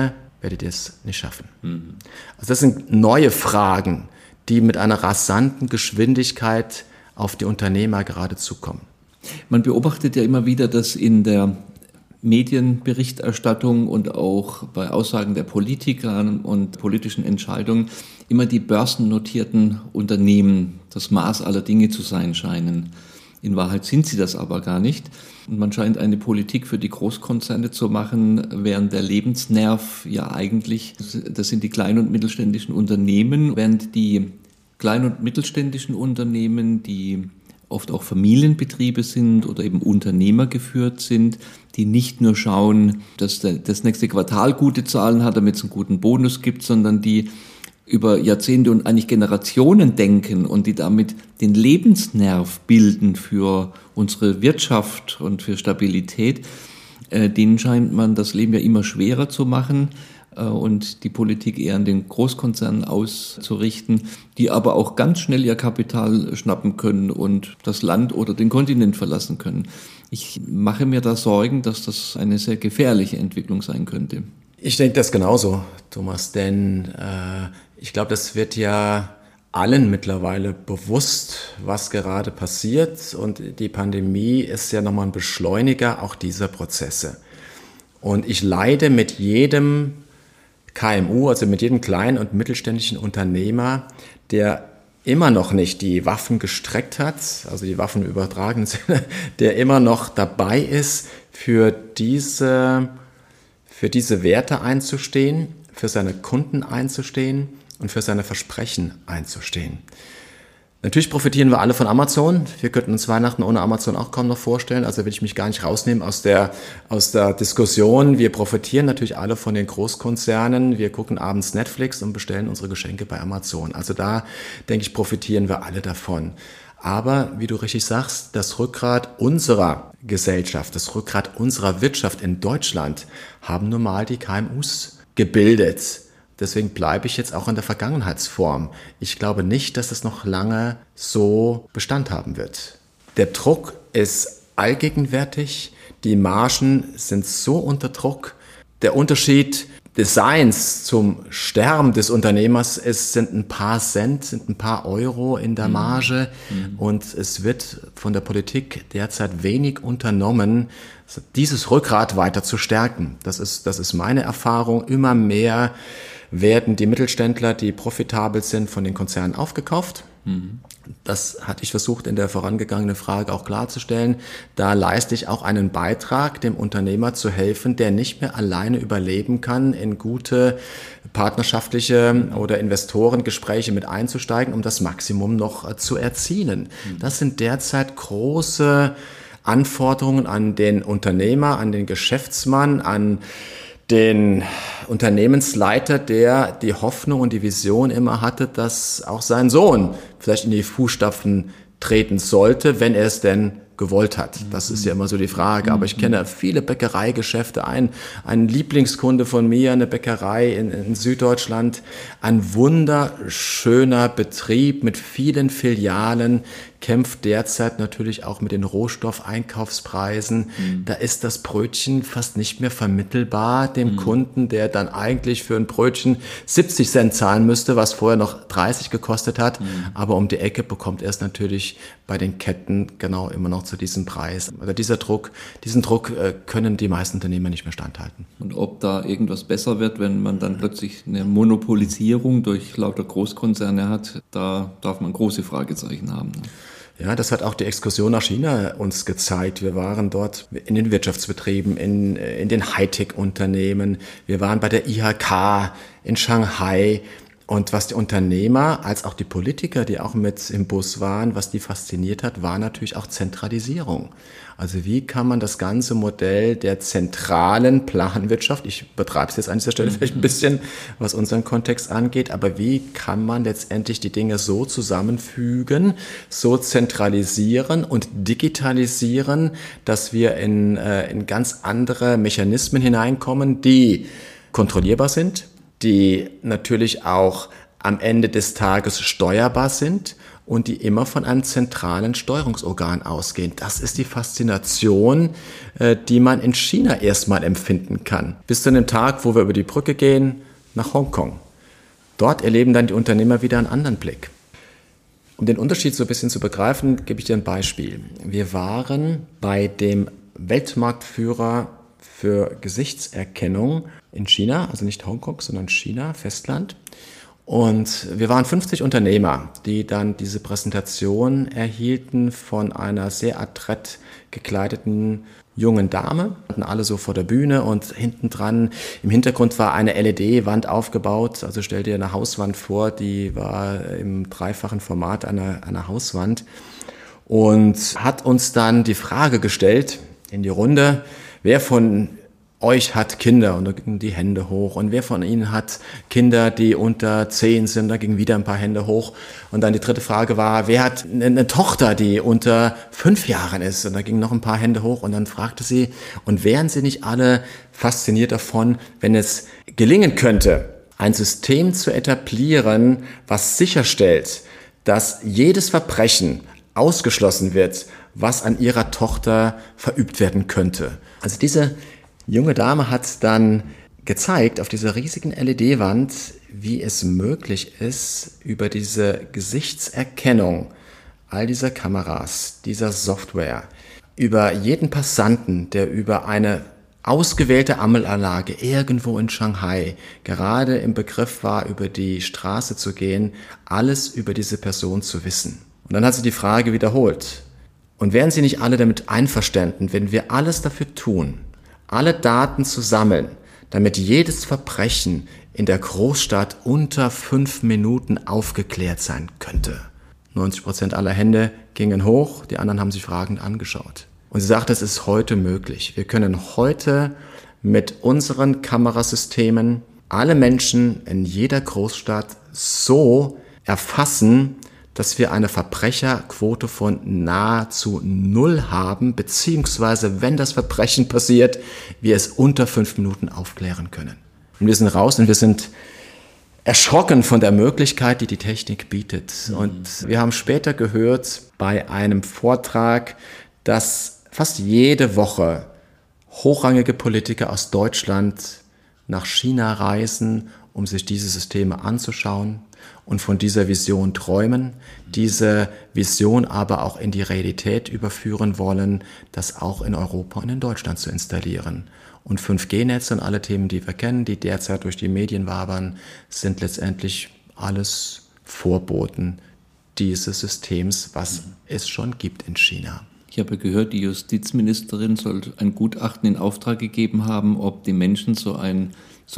werdet ihr es nicht schaffen. Mhm. Also das sind neue Fragen, die mit einer rasanten Geschwindigkeit auf die Unternehmer gerade zukommen. Man beobachtet ja immer wieder, dass in der Medienberichterstattung und auch bei Aussagen der Politiker und politischen Entscheidungen immer die börsennotierten Unternehmen das Maß aller Dinge zu sein scheinen. In Wahrheit sind sie das aber gar nicht. Und man scheint eine Politik für die Großkonzerne zu machen, während der Lebensnerv ja eigentlich, das sind die kleinen und mittelständischen Unternehmen, während die kleinen und mittelständischen Unternehmen, die oft auch Familienbetriebe sind oder eben Unternehmer geführt sind, die nicht nur schauen, dass der, das nächste Quartal gute Zahlen hat, damit es einen guten Bonus gibt, sondern die über Jahrzehnte und eigentlich Generationen denken und die damit den Lebensnerv bilden für unsere Wirtschaft und für Stabilität, äh, denen scheint man das Leben ja immer schwerer zu machen äh, und die Politik eher an den Großkonzernen auszurichten, die aber auch ganz schnell ihr Kapital schnappen können und das Land oder den Kontinent verlassen können. Ich mache mir da Sorgen, dass das eine sehr gefährliche Entwicklung sein könnte. Ich denke das genauso, Thomas, denn äh, ich glaube, das wird ja allen mittlerweile bewusst, was gerade passiert, und die Pandemie ist ja nochmal ein Beschleuniger auch dieser Prozesse. Und ich leide mit jedem K M U, also mit jedem kleinen und mittelständischen Unternehmer, der immer noch nicht die Waffen gestreckt hat, also die Waffen im übertragenen Sinne, der immer noch dabei ist, für diese für diese Werte einzustehen, für seine Kunden einzustehen und für seine Versprechen einzustehen. Natürlich profitieren wir alle von Amazon. Wir könnten uns Weihnachten ohne Amazon auch kaum noch vorstellen. Also will ich mich gar nicht rausnehmen aus der, aus der Diskussion. Wir profitieren natürlich alle von den Großkonzernen. Wir gucken abends Netflix und bestellen unsere Geschenke bei Amazon. Also da, denke ich, profitieren wir alle davon. Aber, wie du richtig sagst, das Rückgrat unserer Gesellschaft, das Rückgrat unserer Wirtschaft in Deutschland haben nun mal die K M Us gebildet. Deswegen bleibe ich jetzt auch in der Vergangenheitsform. Ich glaube nicht, dass es noch lange so Bestand haben wird. Der Druck ist allgegenwärtig, die Margen sind so unter Druck. Der Unterschied des Seins zum Sterben des Unternehmers ist, sind ein paar Cent, sind ein paar Euro in der Marge, mhm. und es wird von der Politik derzeit wenig unternommen, dieses Rückgrat weiter zu stärken. Das ist, das ist meine Erfahrung. Immer mehr werden die Mittelständler, die profitabel sind, von den Konzernen aufgekauft. Mhm. Das hatte ich versucht in der vorangegangenen Frage auch klarzustellen. Da leiste ich auch einen Beitrag, dem Unternehmer zu helfen, der nicht mehr alleine überleben kann, in gute partnerschaftliche oder Investorengespräche mit einzusteigen, um das Maximum noch zu erzielen. Mhm. Das sind derzeit große Anforderungen an den Unternehmer, an den Geschäftsmann, an den Unternehmensleiter, der die Hoffnung und die Vision immer hatte, dass auch sein Sohn vielleicht in die Fußstapfen treten sollte, wenn er es denn gewollt hat. Das ist ja immer so die Frage. Aber ich kenne viele Bäckereigeschäfte. Ein, ein Lieblingskunde von mir, eine Bäckerei in, in Süddeutschland. Ein wunderschöner Betrieb mit vielen Filialen, kämpft derzeit natürlich auch mit den Rohstoffeinkaufspreisen. Mhm. Da ist das Brötchen fast nicht mehr vermittelbar dem mhm. Kunden, der dann eigentlich für ein Brötchen siebzig Cent zahlen müsste, was vorher noch dreißig gekostet hat. Mhm. Aber um die Ecke bekommt er es natürlich bei den Ketten genau immer noch zu diesem Preis. Also dieser Druck, diesen Druck äh, können die meisten Unternehmer nicht mehr standhalten. Und ob da irgendwas besser wird, wenn man dann plötzlich eine Monopolisierung durch lauter Großkonzerne hat, da darf man große Fragezeichen haben. Ne? Ja, das hat auch die Exkursion nach China uns gezeigt. Wir waren dort in den Wirtschaftsbetrieben, in, in den Hightech-Unternehmen. Wir waren bei der I H K in Shanghai. Und was die Unternehmer als auch die Politiker, die auch mit im Bus waren, was die fasziniert hat, war natürlich auch Zentralisierung. Also wie kann man das ganze Modell der zentralen Planwirtschaft, ich betreibe es jetzt an dieser Stelle vielleicht ein bisschen, was unseren Kontext angeht, aber wie kann man letztendlich die Dinge so zusammenfügen, so zentralisieren und digitalisieren, dass wir in, äh, in ganz andere Mechanismen hineinkommen, die kontrollierbar sind, die natürlich auch am Ende des Tages steuerbar sind und die immer von einem zentralen Steuerungsorgan ausgehen. Das ist die Faszination, die man in China erstmal empfinden kann. Bis zu dem Tag, wo wir über die Brücke gehen nach Hongkong. Dort erleben dann die Unternehmer wieder einen anderen Blick. Um den Unterschied so ein bisschen zu begreifen, gebe ich dir ein Beispiel. Wir waren bei dem Weltmarktführer für Gesichtserkennung in China, also nicht Hongkong, sondern China, Festland. Und wir waren fünfzig Unternehmer, die dann diese Präsentation erhielten von einer sehr adrett gekleideten jungen Dame. Wir hatten alle so vor der Bühne und hinten dran, im Hintergrund war eine L E D-Wand aufgebaut. Also stell dir eine Hauswand vor, die war im dreifachen Format einer, einer Hauswand. Und hat uns dann die Frage gestellt in die Runde, wer von euch hat Kinder? Und da gingen die Hände hoch. Und wer von Ihnen hat Kinder, die unter zehn sind? Da gingen wieder ein paar Hände hoch. Und dann die dritte Frage war, wer hat eine Tochter, die unter fünf Jahren ist? Und da gingen noch ein paar Hände hoch. Und dann fragte sie, und wären Sie nicht alle fasziniert davon, wenn es gelingen könnte, ein System zu etablieren, was sicherstellt, dass jedes Verbrechen ausgeschlossen wird, was an ihrer Tochter verübt werden könnte? Also diese junge Dame hat dann gezeigt auf dieser riesigen L E D-Wand, wie es möglich ist, über diese Gesichtserkennung all dieser Kameras, dieser Software, über jeden Passanten, der über eine ausgewählte Ammelanlage irgendwo in Shanghai gerade im Begriff war, über die Straße zu gehen, alles über diese Person zu wissen. Und dann hat sie die Frage wiederholt. Und wären Sie nicht alle damit einverstanden, wenn wir alles dafür tun, alle Daten zu sammeln, damit jedes Verbrechen in der Großstadt unter fünf Minuten aufgeklärt sein könnte? neunzig Prozent aller Hände gingen hoch, die anderen haben sich fragend angeschaut. Und sie sagt, es ist heute möglich. Wir können heute mit unseren Kamerasystemen alle Menschen in jeder Großstadt so erfassen, dass wir eine Verbrecherquote von nahezu null haben, beziehungsweise wenn das Verbrechen passiert, wir es unter fünf Minuten aufklären können. Und wir sind raus und wir sind erschrocken von der Möglichkeit, die die Technik bietet. Mhm. Und wir haben später gehört bei einem Vortrag, dass fast jede Woche hochrangige Politiker aus Deutschland nach China reisen, um sich diese Systeme anzuschauen und von dieser Vision träumen, diese Vision aber auch in die Realität überführen wollen, das auch in Europa und in Deutschland zu installieren. Und fünf G-Netze und alle Themen, die wir kennen, die derzeit durch die Medien wabern, sind letztendlich alles Vorboten dieses Systems, was es schon gibt in China. Ich habe gehört, die Justizministerin soll ein Gutachten in Auftrag gegeben haben, ob die Menschen so ein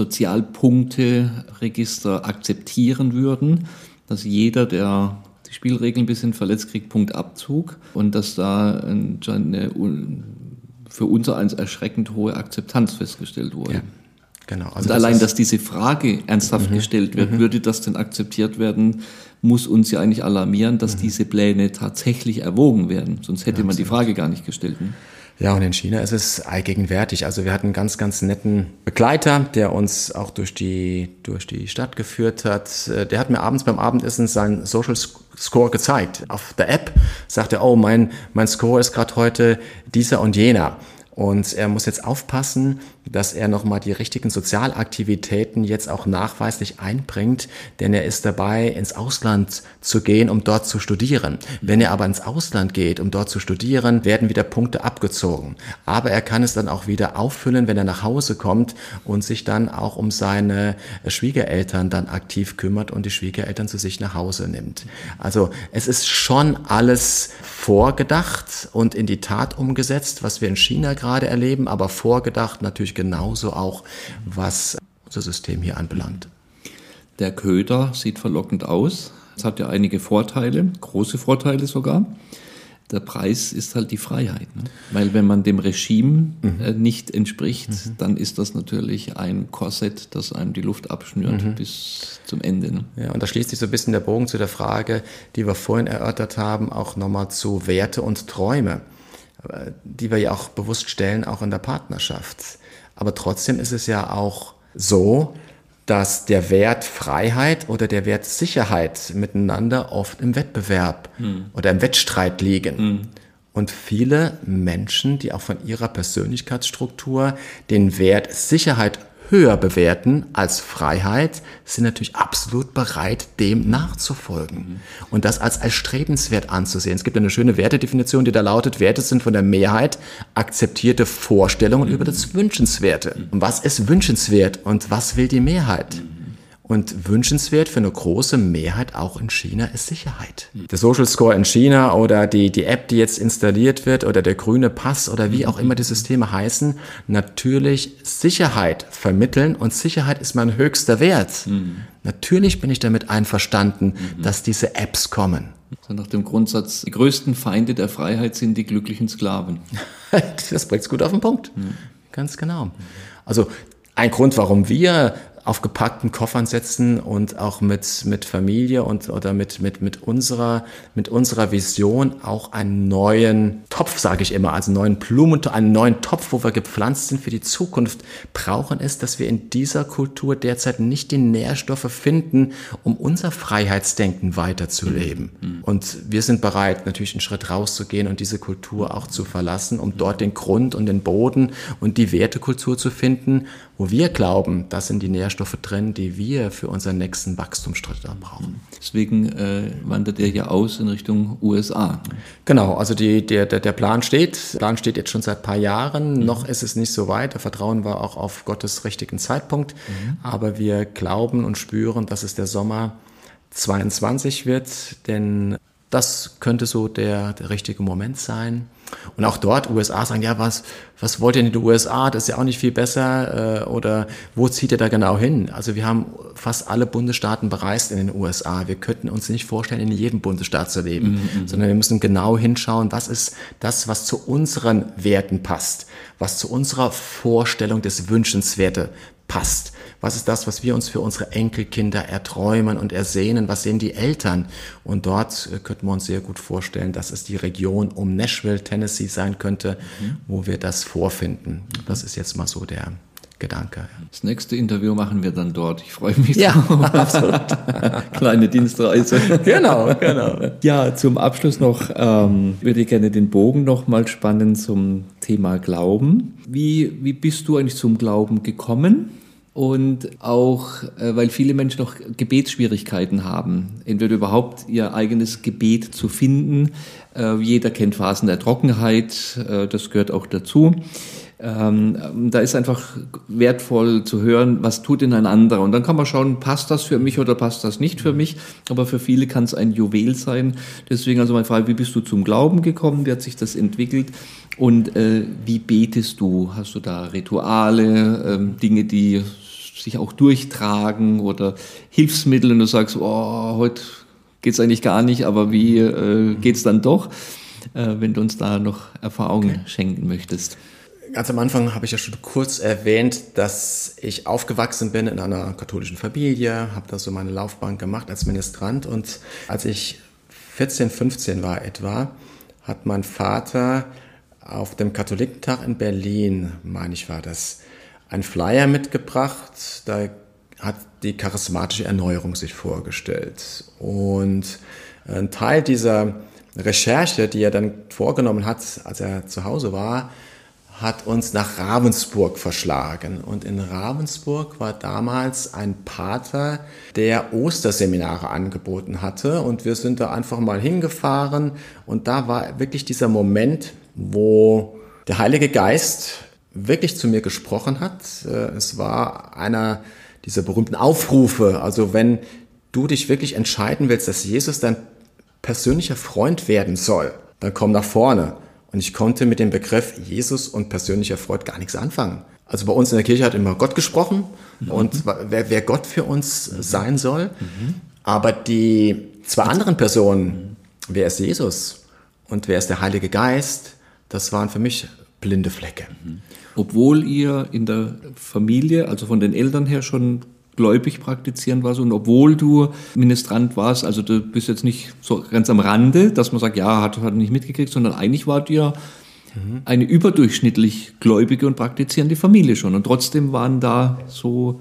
Sozialpunkteregister akzeptieren würden, dass jeder, der die Spielregeln ein bisschen verletzt, kriegt Punktabzug und dass da eine für uns eine erschreckend hohe Akzeptanz festgestellt wurde. Ja, genau. Also und das allein, dass diese Frage ernsthaft mhm. gestellt wird, mhm. würde das denn akzeptiert werden, muss uns ja eigentlich alarmieren, dass mhm. diese Pläne tatsächlich erwogen werden. Sonst hätte ja, man die Frage gar nicht gestellt. Ne? Ja, und in China ist es allgegenwärtig. Also wir hatten einen ganz, ganz netten Begleiter, der uns auch durch die, durch die Stadt geführt hat. Der hat mir abends beim Abendessen seinen Social Score gezeigt. Auf der App sagt er, oh, mein, mein Score ist gerade heute dieser und jener. Und er muss jetzt aufpassen, dass er nochmal die richtigen Sozialaktivitäten jetzt auch nachweislich einbringt, denn er ist dabei, ins Ausland zu gehen, um dort zu studieren. Wenn er aber ins Ausland geht, um dort zu studieren, werden wieder Punkte abgezogen. Aber er kann es dann auch wieder auffüllen, wenn er nach Hause kommt und sich dann auch um seine Schwiegereltern dann aktiv kümmert und die Schwiegereltern zu sich nach Hause nimmt. Also es ist schon alles vorgedacht und in die Tat umgesetzt, was wir in China gerade erleben, aber vorgedacht natürlich genauso auch, was unser System hier anbelangt. Der Köder sieht verlockend aus. Es hat ja einige Vorteile, große Vorteile sogar. Der Preis ist halt die Freiheit. Ne? Weil wenn man dem Regime mhm. äh, nicht entspricht, mhm. dann ist das natürlich ein Korsett, das einem die Luft abschnürt mhm. bis zum Ende. Ne? Ja, und da schließt sich so ein bisschen der Bogen zu der Frage, die wir vorhin erörtert haben, auch nochmal zu Werte und Träume, die wir ja auch bewusst stellen, auch in der Partnerschaft. Aber trotzdem ist es ja auch so, dass der Wert Freiheit oder der Wert Sicherheit miteinander oft im Wettbewerb hm. oder im Wettstreit liegen. Hm. Und viele Menschen, die auch von ihrer Persönlichkeitsstruktur den Wert Sicherheit höher bewerten als Freiheit, sind natürlich absolut bereit, dem nachzufolgen mhm. und das als erstrebenswert anzusehen. Es gibt eine schöne Wertedefinition, die da lautet, Werte sind von der Mehrheit akzeptierte Vorstellungen mhm. über das Wünschenswerte. Mhm. Und was ist wünschenswert und was will die Mehrheit? Mhm. Und wünschenswert für eine große Mehrheit auch in China ist Sicherheit. Der Social Score in China oder die, die App, die jetzt installiert wird oder der grüne Pass oder wie auch immer die Systeme heißen, natürlich Sicherheit vermitteln und Sicherheit ist mein höchster Wert. Mhm. Natürlich bin ich damit einverstanden, mhm. dass diese Apps kommen. Also nach dem Grundsatz, die größten Feinde der Freiheit sind die glücklichen Sklaven. Das bringt's gut auf den Punkt. Mhm. Ganz genau. Also ein Grund, warum wir auf gepackten Koffern setzen und auch mit, mit Familie und, oder mit, mit, mit unserer, mit unserer Vision auch einen neuen Topf, sage ich immer, also einen neuen Blumentopf, einen neuen Topf, wo wir gepflanzt sind für die Zukunft, brauchen es, dass wir in dieser Kultur derzeit nicht die Nährstoffe finden, um unser Freiheitsdenken weiterzuleben. Mhm. Und wir sind bereit, natürlich einen Schritt rauszugehen und diese Kultur auch zu verlassen, um dort den Grund und den Boden und die Wertekultur zu finden, wo wir glauben, das sind die Nährstoffe drin, die wir für unseren nächsten Wachstumsschritt brauchen. Deswegen äh, wandert er ja aus in Richtung U S A. Genau, also die, der, der, der Plan steht. Der Plan steht jetzt schon seit ein paar Jahren. Mhm. Noch ist es nicht so weit. Da vertrauen wir auch auf Gottes richtigen Zeitpunkt. Mhm. Aber wir glauben und spüren, dass es der Sommer zweiundzwanzig wird, denn das könnte so der, der richtige Moment sein. Und auch dort, U S A sagen, ja, was, was wollt ihr in den U S A? Das ist ja auch nicht viel besser. Äh, oder wo zieht ihr da genau hin? Also wir haben fast alle Bundesstaaten bereist in den U S A. Wir könnten uns nicht vorstellen, in jedem Bundesstaat zu leben, mhm. sondern wir müssen genau hinschauen, was ist das, was zu unseren Werten passt, was zu unserer Vorstellung des Wünschenswerte passt. Was ist das, was wir uns für unsere Enkelkinder erträumen und ersehnen? Was sehen die Eltern? Und dort äh, könnten wir uns sehr gut vorstellen, dass es die Region um Nashville, Tennessee sein könnte, mhm. wo wir das vorfinden. Das ist jetzt mal so der Gedanke. Das nächste Interview machen wir dann dort. Ich freue mich ja, drauf. Absolut. Kleine Dienstreise. Genau, genau. Ja, zum Abschluss noch ähm, würde ich gerne den Bogen noch mal spannen zum Thema Glauben. Wie, wie bist du eigentlich zum Glauben gekommen? Und auch, äh, weil viele Menschen noch Gebetsschwierigkeiten haben, entweder überhaupt ihr eigenes Gebet zu finden. Äh, jeder kennt Phasen der Trockenheit, äh, das gehört auch dazu. Ähm, da ist einfach wertvoll zu hören, was tut denn ein anderer. Und dann kann man schauen, passt das für mich oder passt das nicht für mich. Aber für viele kann es ein Juwel sein. Deswegen also meine Frage, wie bist du zum Glauben gekommen? Wie hat sich das entwickelt? Und äh, wie betest du? Hast du da Rituale, ähm, Dinge, die sich auch durchtragen oder Hilfsmittel und du sagst, oh, heute geht's eigentlich gar nicht, aber wie äh, geht's dann doch? Äh, wenn du uns da noch Erfahrungen okay. schenken möchtest. Ganz am Anfang habe ich ja schon kurz erwähnt, dass ich aufgewachsen bin in einer katholischen Familie, habe da so meine Laufbahn gemacht als Ministrant und als ich vierzehn, fünfzehn war etwa, hat mein Vater auf dem Katholikentag in Berlin, meine ich war das, einen Flyer mitgebracht, da hat die charismatische Erneuerung sich vorgestellt und ein Teil dieser Recherche, die er dann vorgenommen hat, als er zu Hause war, hat uns nach Ravensburg verschlagen. Und in Ravensburg war damals ein Pater, der Osterseminare angeboten hatte. Und wir sind da einfach mal hingefahren. Und da war wirklich dieser Moment, wo der Heilige Geist wirklich zu mir gesprochen hat. Es war einer dieser berühmten Aufrufe. Also wenn du dich wirklich entscheiden willst, dass Jesus dein persönlicher Freund werden soll, dann komm nach vorne. Und ich konnte mit dem Begriff Jesus und persönlicher Freund gar nichts anfangen. Also bei uns in der Kirche hat immer Gott gesprochen mhm. und wer, wer Gott für uns mhm. sein soll. Mhm. Aber die zwei anderen Personen, mhm. wer ist Jesus und wer ist der Heilige Geist, das waren für mich blinde Flecke. Mhm. Obwohl ihr in der Familie, also von den Eltern her schon gläubig praktizierend warst und obwohl du Ministrant warst, also du bist jetzt nicht so ganz am Rande, dass man sagt, ja, hat er nicht mitgekriegt, sondern eigentlich wart ihr mhm. eine überdurchschnittlich gläubige und praktizierende Familie schon und trotzdem waren da so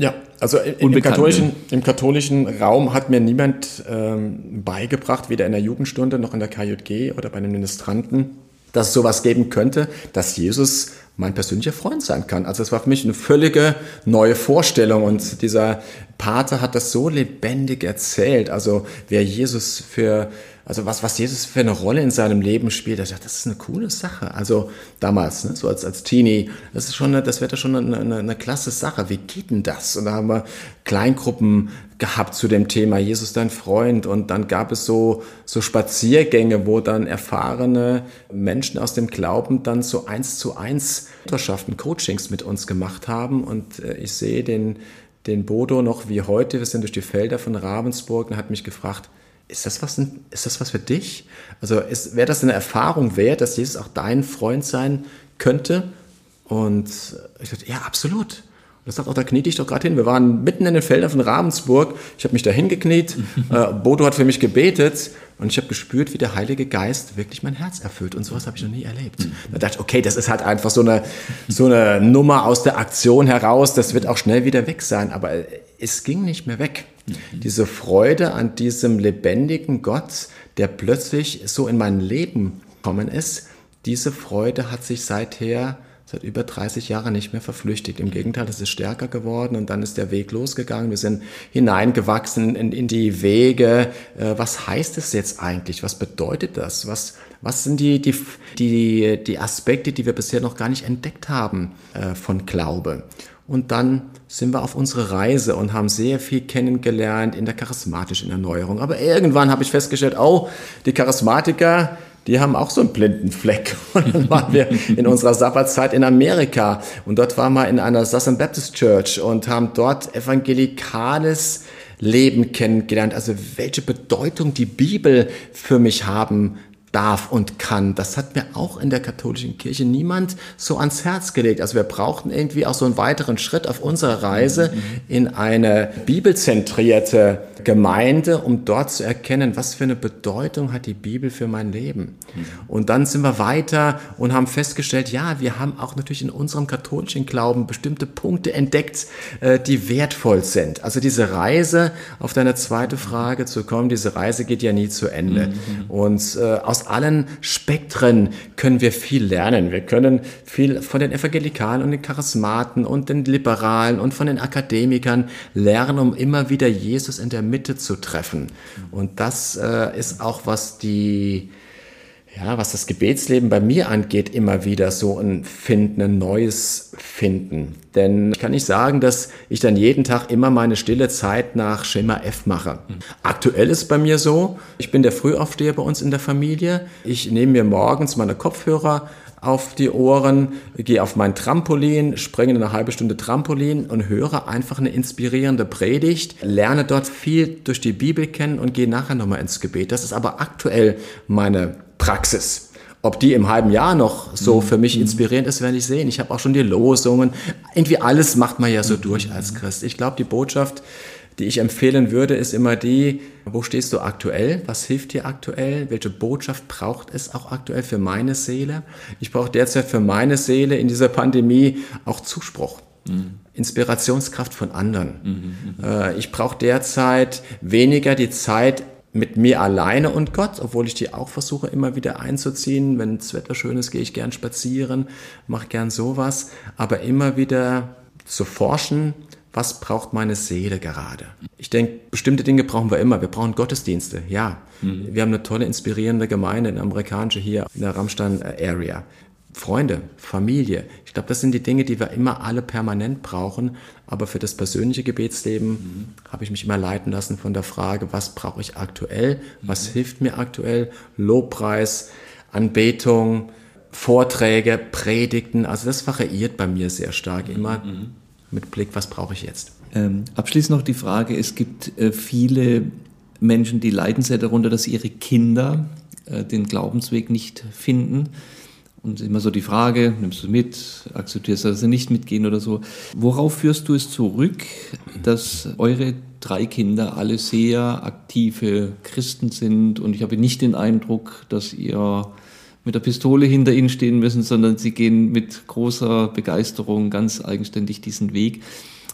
Ja, also im katholischen, im katholischen Raum hat mir niemand ähm, beigebracht, weder in der Jugendstunde noch in der K J G oder bei den Ministranten, dass es sowas geben könnte, dass Jesus mein persönlicher Freund sein kann. Also es war für mich eine völlige neue Vorstellung und dieser Pater hat das so lebendig erzählt. Also wer Jesus für, also was, was Jesus für eine Rolle in seinem Leben spielt, ich dachte, das ist eine coole Sache. Also damals, ne, so als, als Teenie, das ist schon, eine, das wäre schon eine, eine, eine klasse Sache. Wie geht denn das? Und da haben wir Kleingruppen gehabt zu dem Thema Jesus dein Freund und dann gab es so, so Spaziergänge, wo dann erfahrene Menschen aus dem Glauben dann so eins zu eins Mentorschaften, Coachings mit uns gemacht haben und ich sehe den, den Bodo noch wie heute, wir sind durch die Felder von Ravensburg und hat mich gefragt, ist das was, ist das was für dich? Also wäre das eine Erfahrung wert, dass Jesus auch dein Freund sein könnte? Und ich dachte, ja, absolut. Und er sagt auch, da knie dich doch gerade hin. Wir waren mitten in den Feldern von Ravensburg. Ich habe mich da hingekniet. äh, Bodo hat für mich gebetet. Und ich habe gespürt, wie der Heilige Geist wirklich mein Herz erfüllt. Und sowas habe ich noch nie erlebt. Da dachte ich, okay, das ist halt einfach so eine, so eine Nummer aus der Aktion heraus. Das wird auch schnell wieder weg sein. Aber es ging nicht mehr weg. Diese Freude an diesem lebendigen Gott, der plötzlich so in mein Leben gekommen ist, diese Freude hat sich seither seit über dreißig Jahren nicht mehr verflüchtigt. Im Gegenteil, es ist stärker geworden und dann ist der Weg losgegangen. Wir sind hineingewachsen in, in die Wege. Äh, was heißt es jetzt eigentlich? Was bedeutet das? Was, was sind die, die, die, die Aspekte, die wir bisher noch gar nicht entdeckt haben äh, von Glaube? Und dann sind wir auf unsere Reise und haben sehr viel kennengelernt in der charismatischen Erneuerung. Aber irgendwann habe ich festgestellt, oh, die Charismatiker, die haben auch so einen blinden Fleck. Und dann waren wir in unserer Sabbatzeit in Amerika. Und dort waren wir in einer Southern Baptist Church und haben dort evangelikales Leben kennengelernt. Also welche Bedeutung die Bibel für mich haben darf und kann. Das hat mir auch in der katholischen Kirche niemand so ans Herz gelegt. Also wir brauchten irgendwie auch so einen weiteren Schritt auf unserer Reise in eine bibelzentrierte Gemeinde, um dort zu erkennen, was für eine Bedeutung hat die Bibel für mein Leben. Und dann sind wir weiter und haben festgestellt, ja, wir haben auch natürlich in unserem katholischen Glauben bestimmte Punkte entdeckt, die wertvoll sind. Also diese Reise, auf deine zweite Frage zu kommen, diese Reise geht ja nie zu Ende. Mhm. Und äh, aus allen Spektren können wir viel lernen. Wir können viel von den Evangelikalen und den Charismaten und den Liberalen und von den Akademikern lernen, um immer wieder Jesus in der Mitte zu treffen. Und das äh, ist auch, was die, ja, was das Gebetsleben bei mir angeht, immer wieder so ein Finden, ein neues Finden. Denn ich kann nicht sagen, dass ich dann jeden Tag immer meine stille Zeit nach Schema F mache. Mhm. Aktuell ist bei mir so, ich bin der Frühaufsteher bei uns in der Familie. Ich nehme mir morgens meine Kopfhörer auf die Ohren, gehe auf mein Trampolin, springe eine halbe Stunde Trampolin und höre einfach eine inspirierende Predigt, lerne dort viel durch die Bibel kennen und gehe nachher nochmal ins Gebet. Das ist aber aktuell meine Praxis. Ob die im halben Jahr noch so für mich inspirierend ist, werde ich sehen. Ich habe auch schon die Losungen. Irgendwie alles macht man ja so durch als Christ. Ich glaube, die Botschaft, die ich empfehlen würde, ist immer die, wo stehst du aktuell? Was hilft dir aktuell? Welche Botschaft braucht es auch aktuell für meine Seele? Ich brauche derzeit für meine Seele in dieser Pandemie auch Zuspruch. Mhm. Inspirationskraft von anderen. Mhm, äh, ich brauche derzeit weniger die Zeit mit mir alleine und Gott, obwohl ich die auch versuche immer wieder einzuziehen. Wenn das Wetter schön ist, gehe ich gern spazieren, mache gern sowas, aber immer wieder zu forschen, was braucht meine Seele gerade? Ich denke, bestimmte Dinge brauchen wir immer. Wir brauchen Gottesdienste, ja. Mhm. Wir haben eine tolle, inspirierende Gemeinde, eine amerikanische hier in der Rammstein-Area. Freunde, Familie. Ich glaube, das sind die Dinge, die wir immer alle permanent brauchen. Aber für das persönliche Gebetsleben mhm. habe ich mich immer leiten lassen von der Frage, was brauche ich aktuell? Was mhm. hilft mir aktuell? Lobpreis, Anbetung, Vorträge, Predigten. Also das variiert bei mir sehr stark. Immer mhm. mit Blick, was brauche ich jetzt? Ähm, abschließend noch die Frage, es gibt äh, viele Menschen, die leiden sehr darunter, dass ihre Kinder äh, den Glaubensweg nicht finden. Und immer so die Frage, nimmst du mit, akzeptierst du, dass sie nicht mitgehen oder so. Worauf führst du es zurück, dass eure drei Kinder alle sehr aktive Christen sind? Und ich habe nicht den Eindruck, dass ihr mit der Pistole hinter ihnen stehen müssen, sondern sie gehen mit großer Begeisterung ganz eigenständig diesen Weg.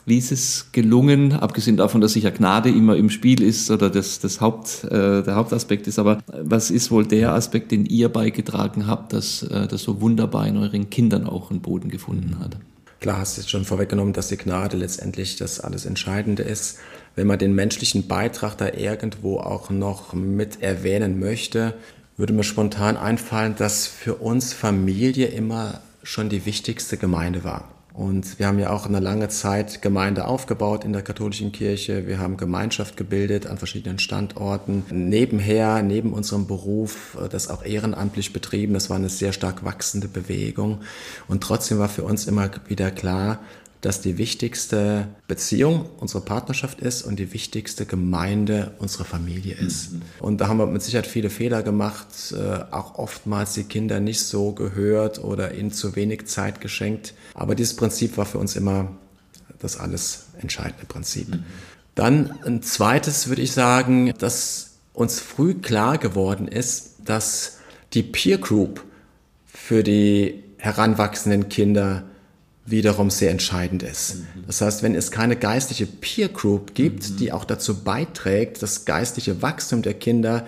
Wie ist es gelungen, abgesehen davon, dass sicher Gnade immer im Spiel ist oder das, das Haupt, äh, der Hauptaspekt ist, aber was ist wohl der Aspekt, den ihr beigetragen habt, dass äh, das so wunderbar in euren Kindern auch einen Boden gefunden hat? Klar, hast du jetzt schon vorweggenommen, dass die Gnade letztendlich das alles Entscheidende ist. Wenn man den menschlichen Beitrag da irgendwo auch noch mit erwähnen möchte, würde mir spontan einfallen, dass für uns Familie immer schon die wichtigste Gemeinde war. Und wir haben ja auch eine lange Zeit Gemeinde aufgebaut in der katholischen Kirche. Wir haben Gemeinschaft gebildet an verschiedenen Standorten. Nebenher, neben unserem Beruf, das auch ehrenamtlich betrieben. Das war eine sehr stark wachsende Bewegung. Und trotzdem war für uns immer wieder klar, dass die wichtigste Beziehung unsere Partnerschaft ist und die wichtigste Gemeinde unsere Familie ist. Mhm. Und da haben wir mit Sicherheit viele Fehler gemacht, äh, auch oftmals die Kinder nicht so gehört oder ihnen zu wenig Zeit geschenkt. Aber dieses Prinzip war für uns immer das alles entscheidende Prinzip. Mhm. Dann ein zweites würde ich sagen, dass uns früh klar geworden ist, dass die Peer Group für die heranwachsenden Kinder wiederum sehr entscheidend ist. Das heißt, wenn es keine geistliche Peer Group gibt, mhm. die auch dazu beiträgt, das geistliche Wachstum der Kinder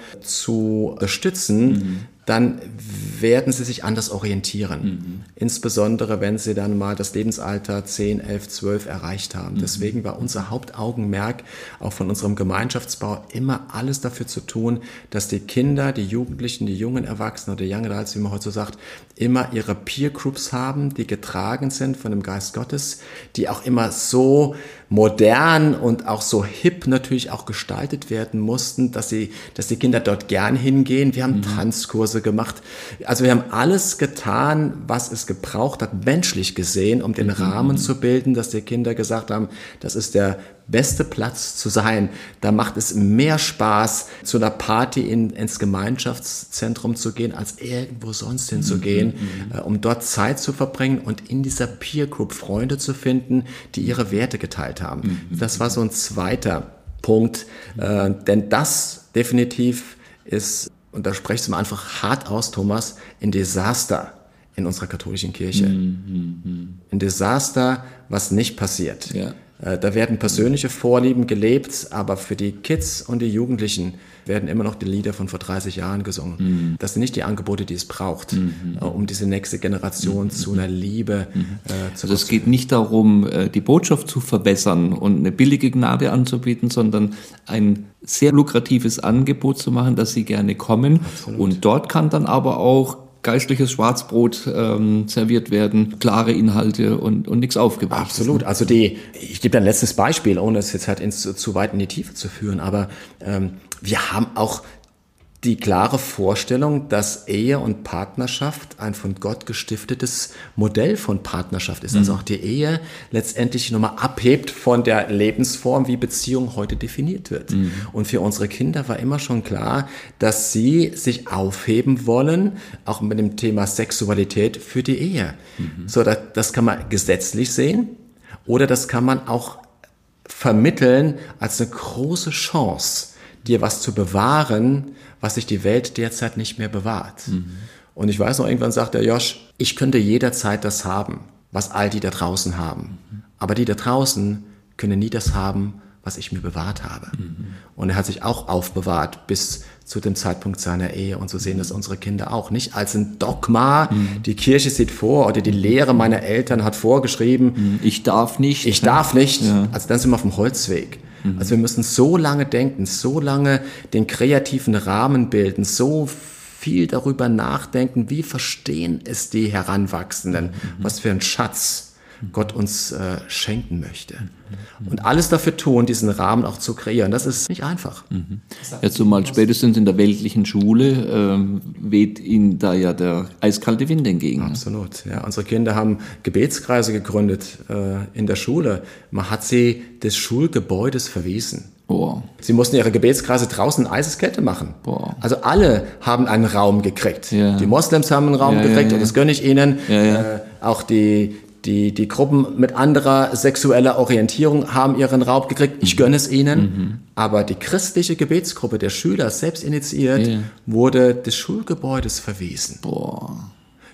zu unterstützen, mhm. dann werden sie sich anders orientieren. Mhm. Insbesondere, wenn sie dann mal das Lebensalter zehn, elf, zwölf erreicht haben. Mhm. Deswegen war unser Hauptaugenmerk auch von unserem Gemeinschaftsbau immer alles dafür zu tun, dass die Kinder, die Jugendlichen, die jungen Erwachsenen oder Young Adults, wie man heute so sagt, immer ihre Peer Groups haben, die getragen sind von dem Geist Gottes, die auch immer so modern und auch so hip natürlich auch gestaltet werden mussten, dass sie, dass die Kinder dort gern hingehen. Wir haben mhm. Tanzkurse gemacht. Also wir haben alles getan, was es gebraucht hat, menschlich gesehen, um den mhm. Rahmen zu bilden, dass die Kinder gesagt haben, das ist der beste Platz zu sein. Da macht es mehr Spaß, zu einer Party in, ins Gemeinschaftszentrum zu gehen, als irgendwo sonst hinzugehen, mhm. äh, um dort Zeit zu verbringen und in dieser Peer Group Freunde zu finden, die ihre Werte geteilt haben. Mhm. Das war so ein zweiter Punkt, äh, denn das definitiv ist, und da sprichst du mal einfach hart aus, Thomas, ein Desaster in unserer katholischen Kirche. Mhm. Ein Desaster, was nicht passiert. Ja. Da werden persönliche Vorlieben gelebt, aber für die Kids und die Jugendlichen werden immer noch die Lieder von vor dreißig Jahren gesungen. Mhm. Das sind nicht die Angebote, die es braucht, mhm. um diese nächste Generation mhm. zu einer Liebe mhm. äh, zu Also es geht nicht darum, die Botschaft zu verbessern und eine billige Gnade anzubieten, sondern ein sehr lukratives Angebot zu machen, dass sie gerne kommen. Absolut. Und dort kann dann aber auch geistliches Schwarzbrot ähm, serviert werden, klare Inhalte und, und nichts aufgeweicht. Absolut. Also die, ich gebe ein letztes Beispiel, ohne es jetzt halt ins, zu weit in die Tiefe zu führen, aber ähm, wir haben auch die klare Vorstellung, dass Ehe und Partnerschaft ein von Gott gestiftetes Modell von Partnerschaft ist. Mhm. Also auch die Ehe letztendlich nochmal abhebt von der Lebensform, wie Beziehung heute definiert wird. Mhm. Und für unsere Kinder war immer schon klar, dass sie sich aufheben wollen, auch mit dem Thema Sexualität für die Ehe. Mhm. So, das, das kann man gesetzlich sehen oder das kann man auch vermitteln als eine große Chance, dir was zu bewahren, was sich die Welt derzeit nicht mehr bewahrt. Mhm. Und ich weiß noch, irgendwann sagt der Josh, ich könnte jederzeit das haben, was all die da draußen haben. Mhm. Aber die da draußen können nie das haben, was ich mir bewahrt habe. Mhm. Und er hat sich auch aufbewahrt bis zu dem Zeitpunkt seiner Ehe. Und so sehen das unsere Kinder auch. Nicht als ein Dogma, mhm. die Kirche sieht vor oder die Lehre meiner Eltern hat vorgeschrieben. Ich darf nicht. Ich darf nicht. Ja. Also dann sind wir auf dem Holzweg. Also wir müssen so lange denken, so lange den kreativen Rahmen bilden, so viel darüber nachdenken, wie verstehen es die Heranwachsenden, mhm. was für ein Schatz Gott uns äh, schenken möchte. Und alles dafür tun, diesen Rahmen auch zu kreieren. Das ist nicht einfach. Mhm. Ja, zumal spätestens in der weltlichen Schule ähm, weht ihnen da ja der eiskalte Wind entgegen. Absolut. Ja, unsere Kinder haben Gebetskreise gegründet äh, in der Schule. Man hat sie des Schulgebäudes verwiesen. Boah. Sie mussten ihre Gebetskreise draußen in Eiseskälte machen. Boah. Also alle haben einen Raum gekriegt. Ja. Die Moslems haben einen Raum ja, gekriegt ja, ja. und das gönne ich ihnen. Ja, ja. Äh, auch die Die, die Gruppen mit anderer sexueller Orientierung haben ihren Raum gekriegt. Ich gönne es ihnen. Mhm. Aber die christliche Gebetsgruppe der Schüler, selbst initiiert, yeah. wurde des Schulgebäudes verwiesen. Boah.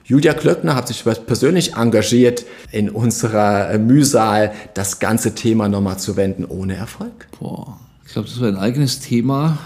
Julia Klöckner hat sich persönlich engagiert, in unserer Mühsal das ganze Thema nochmal zu wenden, ohne Erfolg. Boah, ich glaube, das wäre ein eigenes Thema,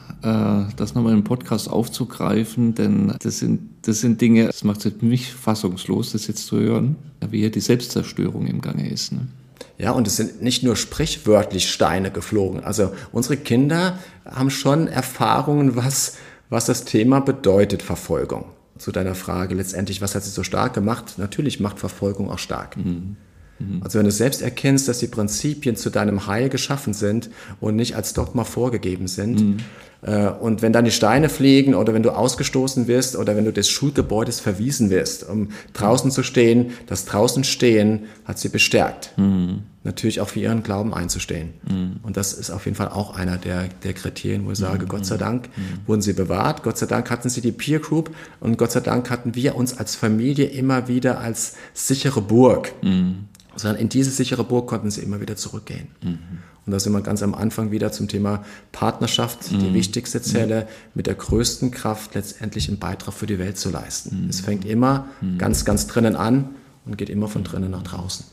das nochmal im Podcast aufzugreifen, denn das sind, das sind Dinge, das macht mich fassungslos, das jetzt zu hören, wie hier die Selbstzerstörung im Gange ist. Ne? Ja, und es sind nicht nur sprichwörtlich Steine geflogen. Also unsere Kinder haben schon Erfahrungen, was, was das Thema bedeutet, Verfolgung. Zu deiner Frage letztendlich, was hat sie so stark gemacht? Natürlich macht Verfolgung auch stark. Mhm. Mhm. Also wenn du selbst erkennst, dass die Prinzipien zu deinem Heil geschaffen sind und nicht als Dogma vorgegeben sind, mhm. äh, und wenn dann die Steine fliegen oder wenn du ausgestoßen wirst oder wenn du des Schulgebäudes verwiesen wirst, um draußen zu stehen, das draußen stehen hat sie bestärkt. Mhm. Natürlich auch für ihren Glauben einzustehen. Mhm. Und das ist auf jeden Fall auch einer der, der Kriterien, wo ich sage, mhm. Gott sei Dank mhm. wurden sie bewahrt, Gott sei Dank hatten sie die Peer Group und Gott sei Dank hatten wir uns als Familie immer wieder als sichere Burg. Mhm. Sondern in diese sichere Burg konnten sie immer wieder zurückgehen. Mhm. Und da sind wir ganz am Anfang wieder zum Thema Partnerschaft, mhm. die wichtigste Zelle, mhm. mit der größten Kraft letztendlich einen Beitrag für die Welt zu leisten. Mhm. Es fängt immer mhm. ganz, ganz drinnen an und geht immer von drinnen nach draußen.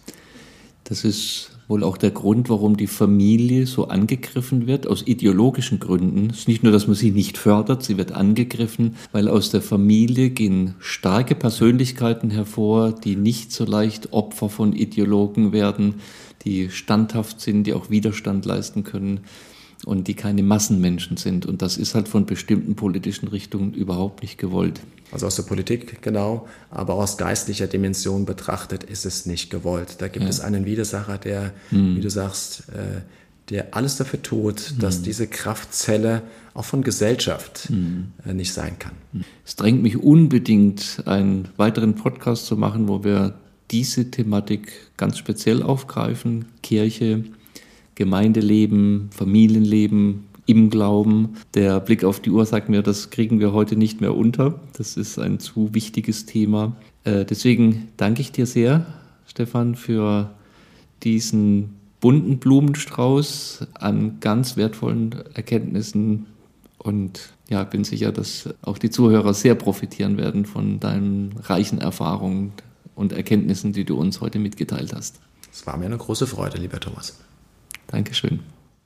Das ist wohl auch der Grund, warum die Familie so angegriffen wird, aus ideologischen Gründen. Es ist nicht nur, dass man sie nicht fördert, sie wird angegriffen, weil aus der Familie gehen starke Persönlichkeiten hervor, die nicht so leicht Opfer von Ideologen werden, die standhaft sind, die auch Widerstand leisten können und die keine Massenmenschen sind. Und das ist halt von bestimmten politischen Richtungen überhaupt nicht gewollt. Also aus der Politik, genau, aber aus geistlicher Dimension betrachtet ist es nicht gewollt. Da gibt ja. es einen Widersacher, der, hm. wie du sagst, äh, der alles dafür tut, hm. dass diese Kraftzelle auch von Gesellschaft hm. äh, nicht sein kann. Es drängt mich unbedingt, einen weiteren Podcast zu machen, wo wir diese Thematik ganz speziell aufgreifen. Kirche, Gemeindeleben, Familienleben, im Glauben. Der Blick auf die Uhr sagt mir, das kriegen wir heute nicht mehr unter. Das ist ein zu wichtiges Thema. Äh, deswegen danke ich dir sehr, Stefan, für diesen bunten Blumenstrauß an ganz wertvollen Erkenntnissen. Und ja, bin sicher, dass auch die Zuhörer sehr profitieren werden von deinen reichen Erfahrungen und Erkenntnissen, die du uns heute mitgeteilt hast. Es war mir eine große Freude, lieber Thomas. Dankeschön.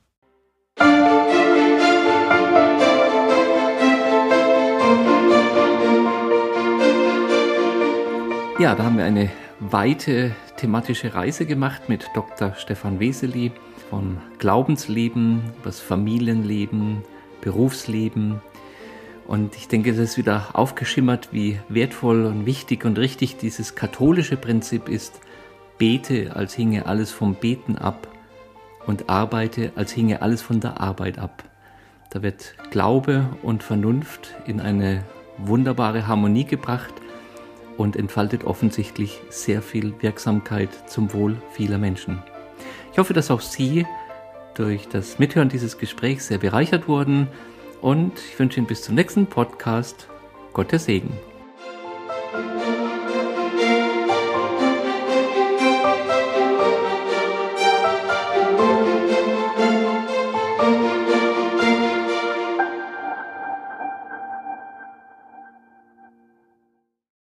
Ja, da haben wir eine weite thematische Reise gemacht mit Doktor Stefan Wesely vom Glaubensleben, das Familienleben, Berufsleben. Und ich denke, das ist wieder aufgeschimmert, wie wertvoll und wichtig und richtig dieses katholische Prinzip ist. Bete, als hinge alles vom Beten ab und arbeite, als hinge alles von der Arbeit ab. Da wird Glaube und Vernunft in eine wunderbare Harmonie gebracht und entfaltet offensichtlich sehr viel Wirksamkeit zum Wohl vieler Menschen. Ich hoffe, dass auch Sie durch das Mithören dieses Gesprächs sehr bereichert wurden und ich wünsche Ihnen bis zum nächsten Podcast Gottes Segen.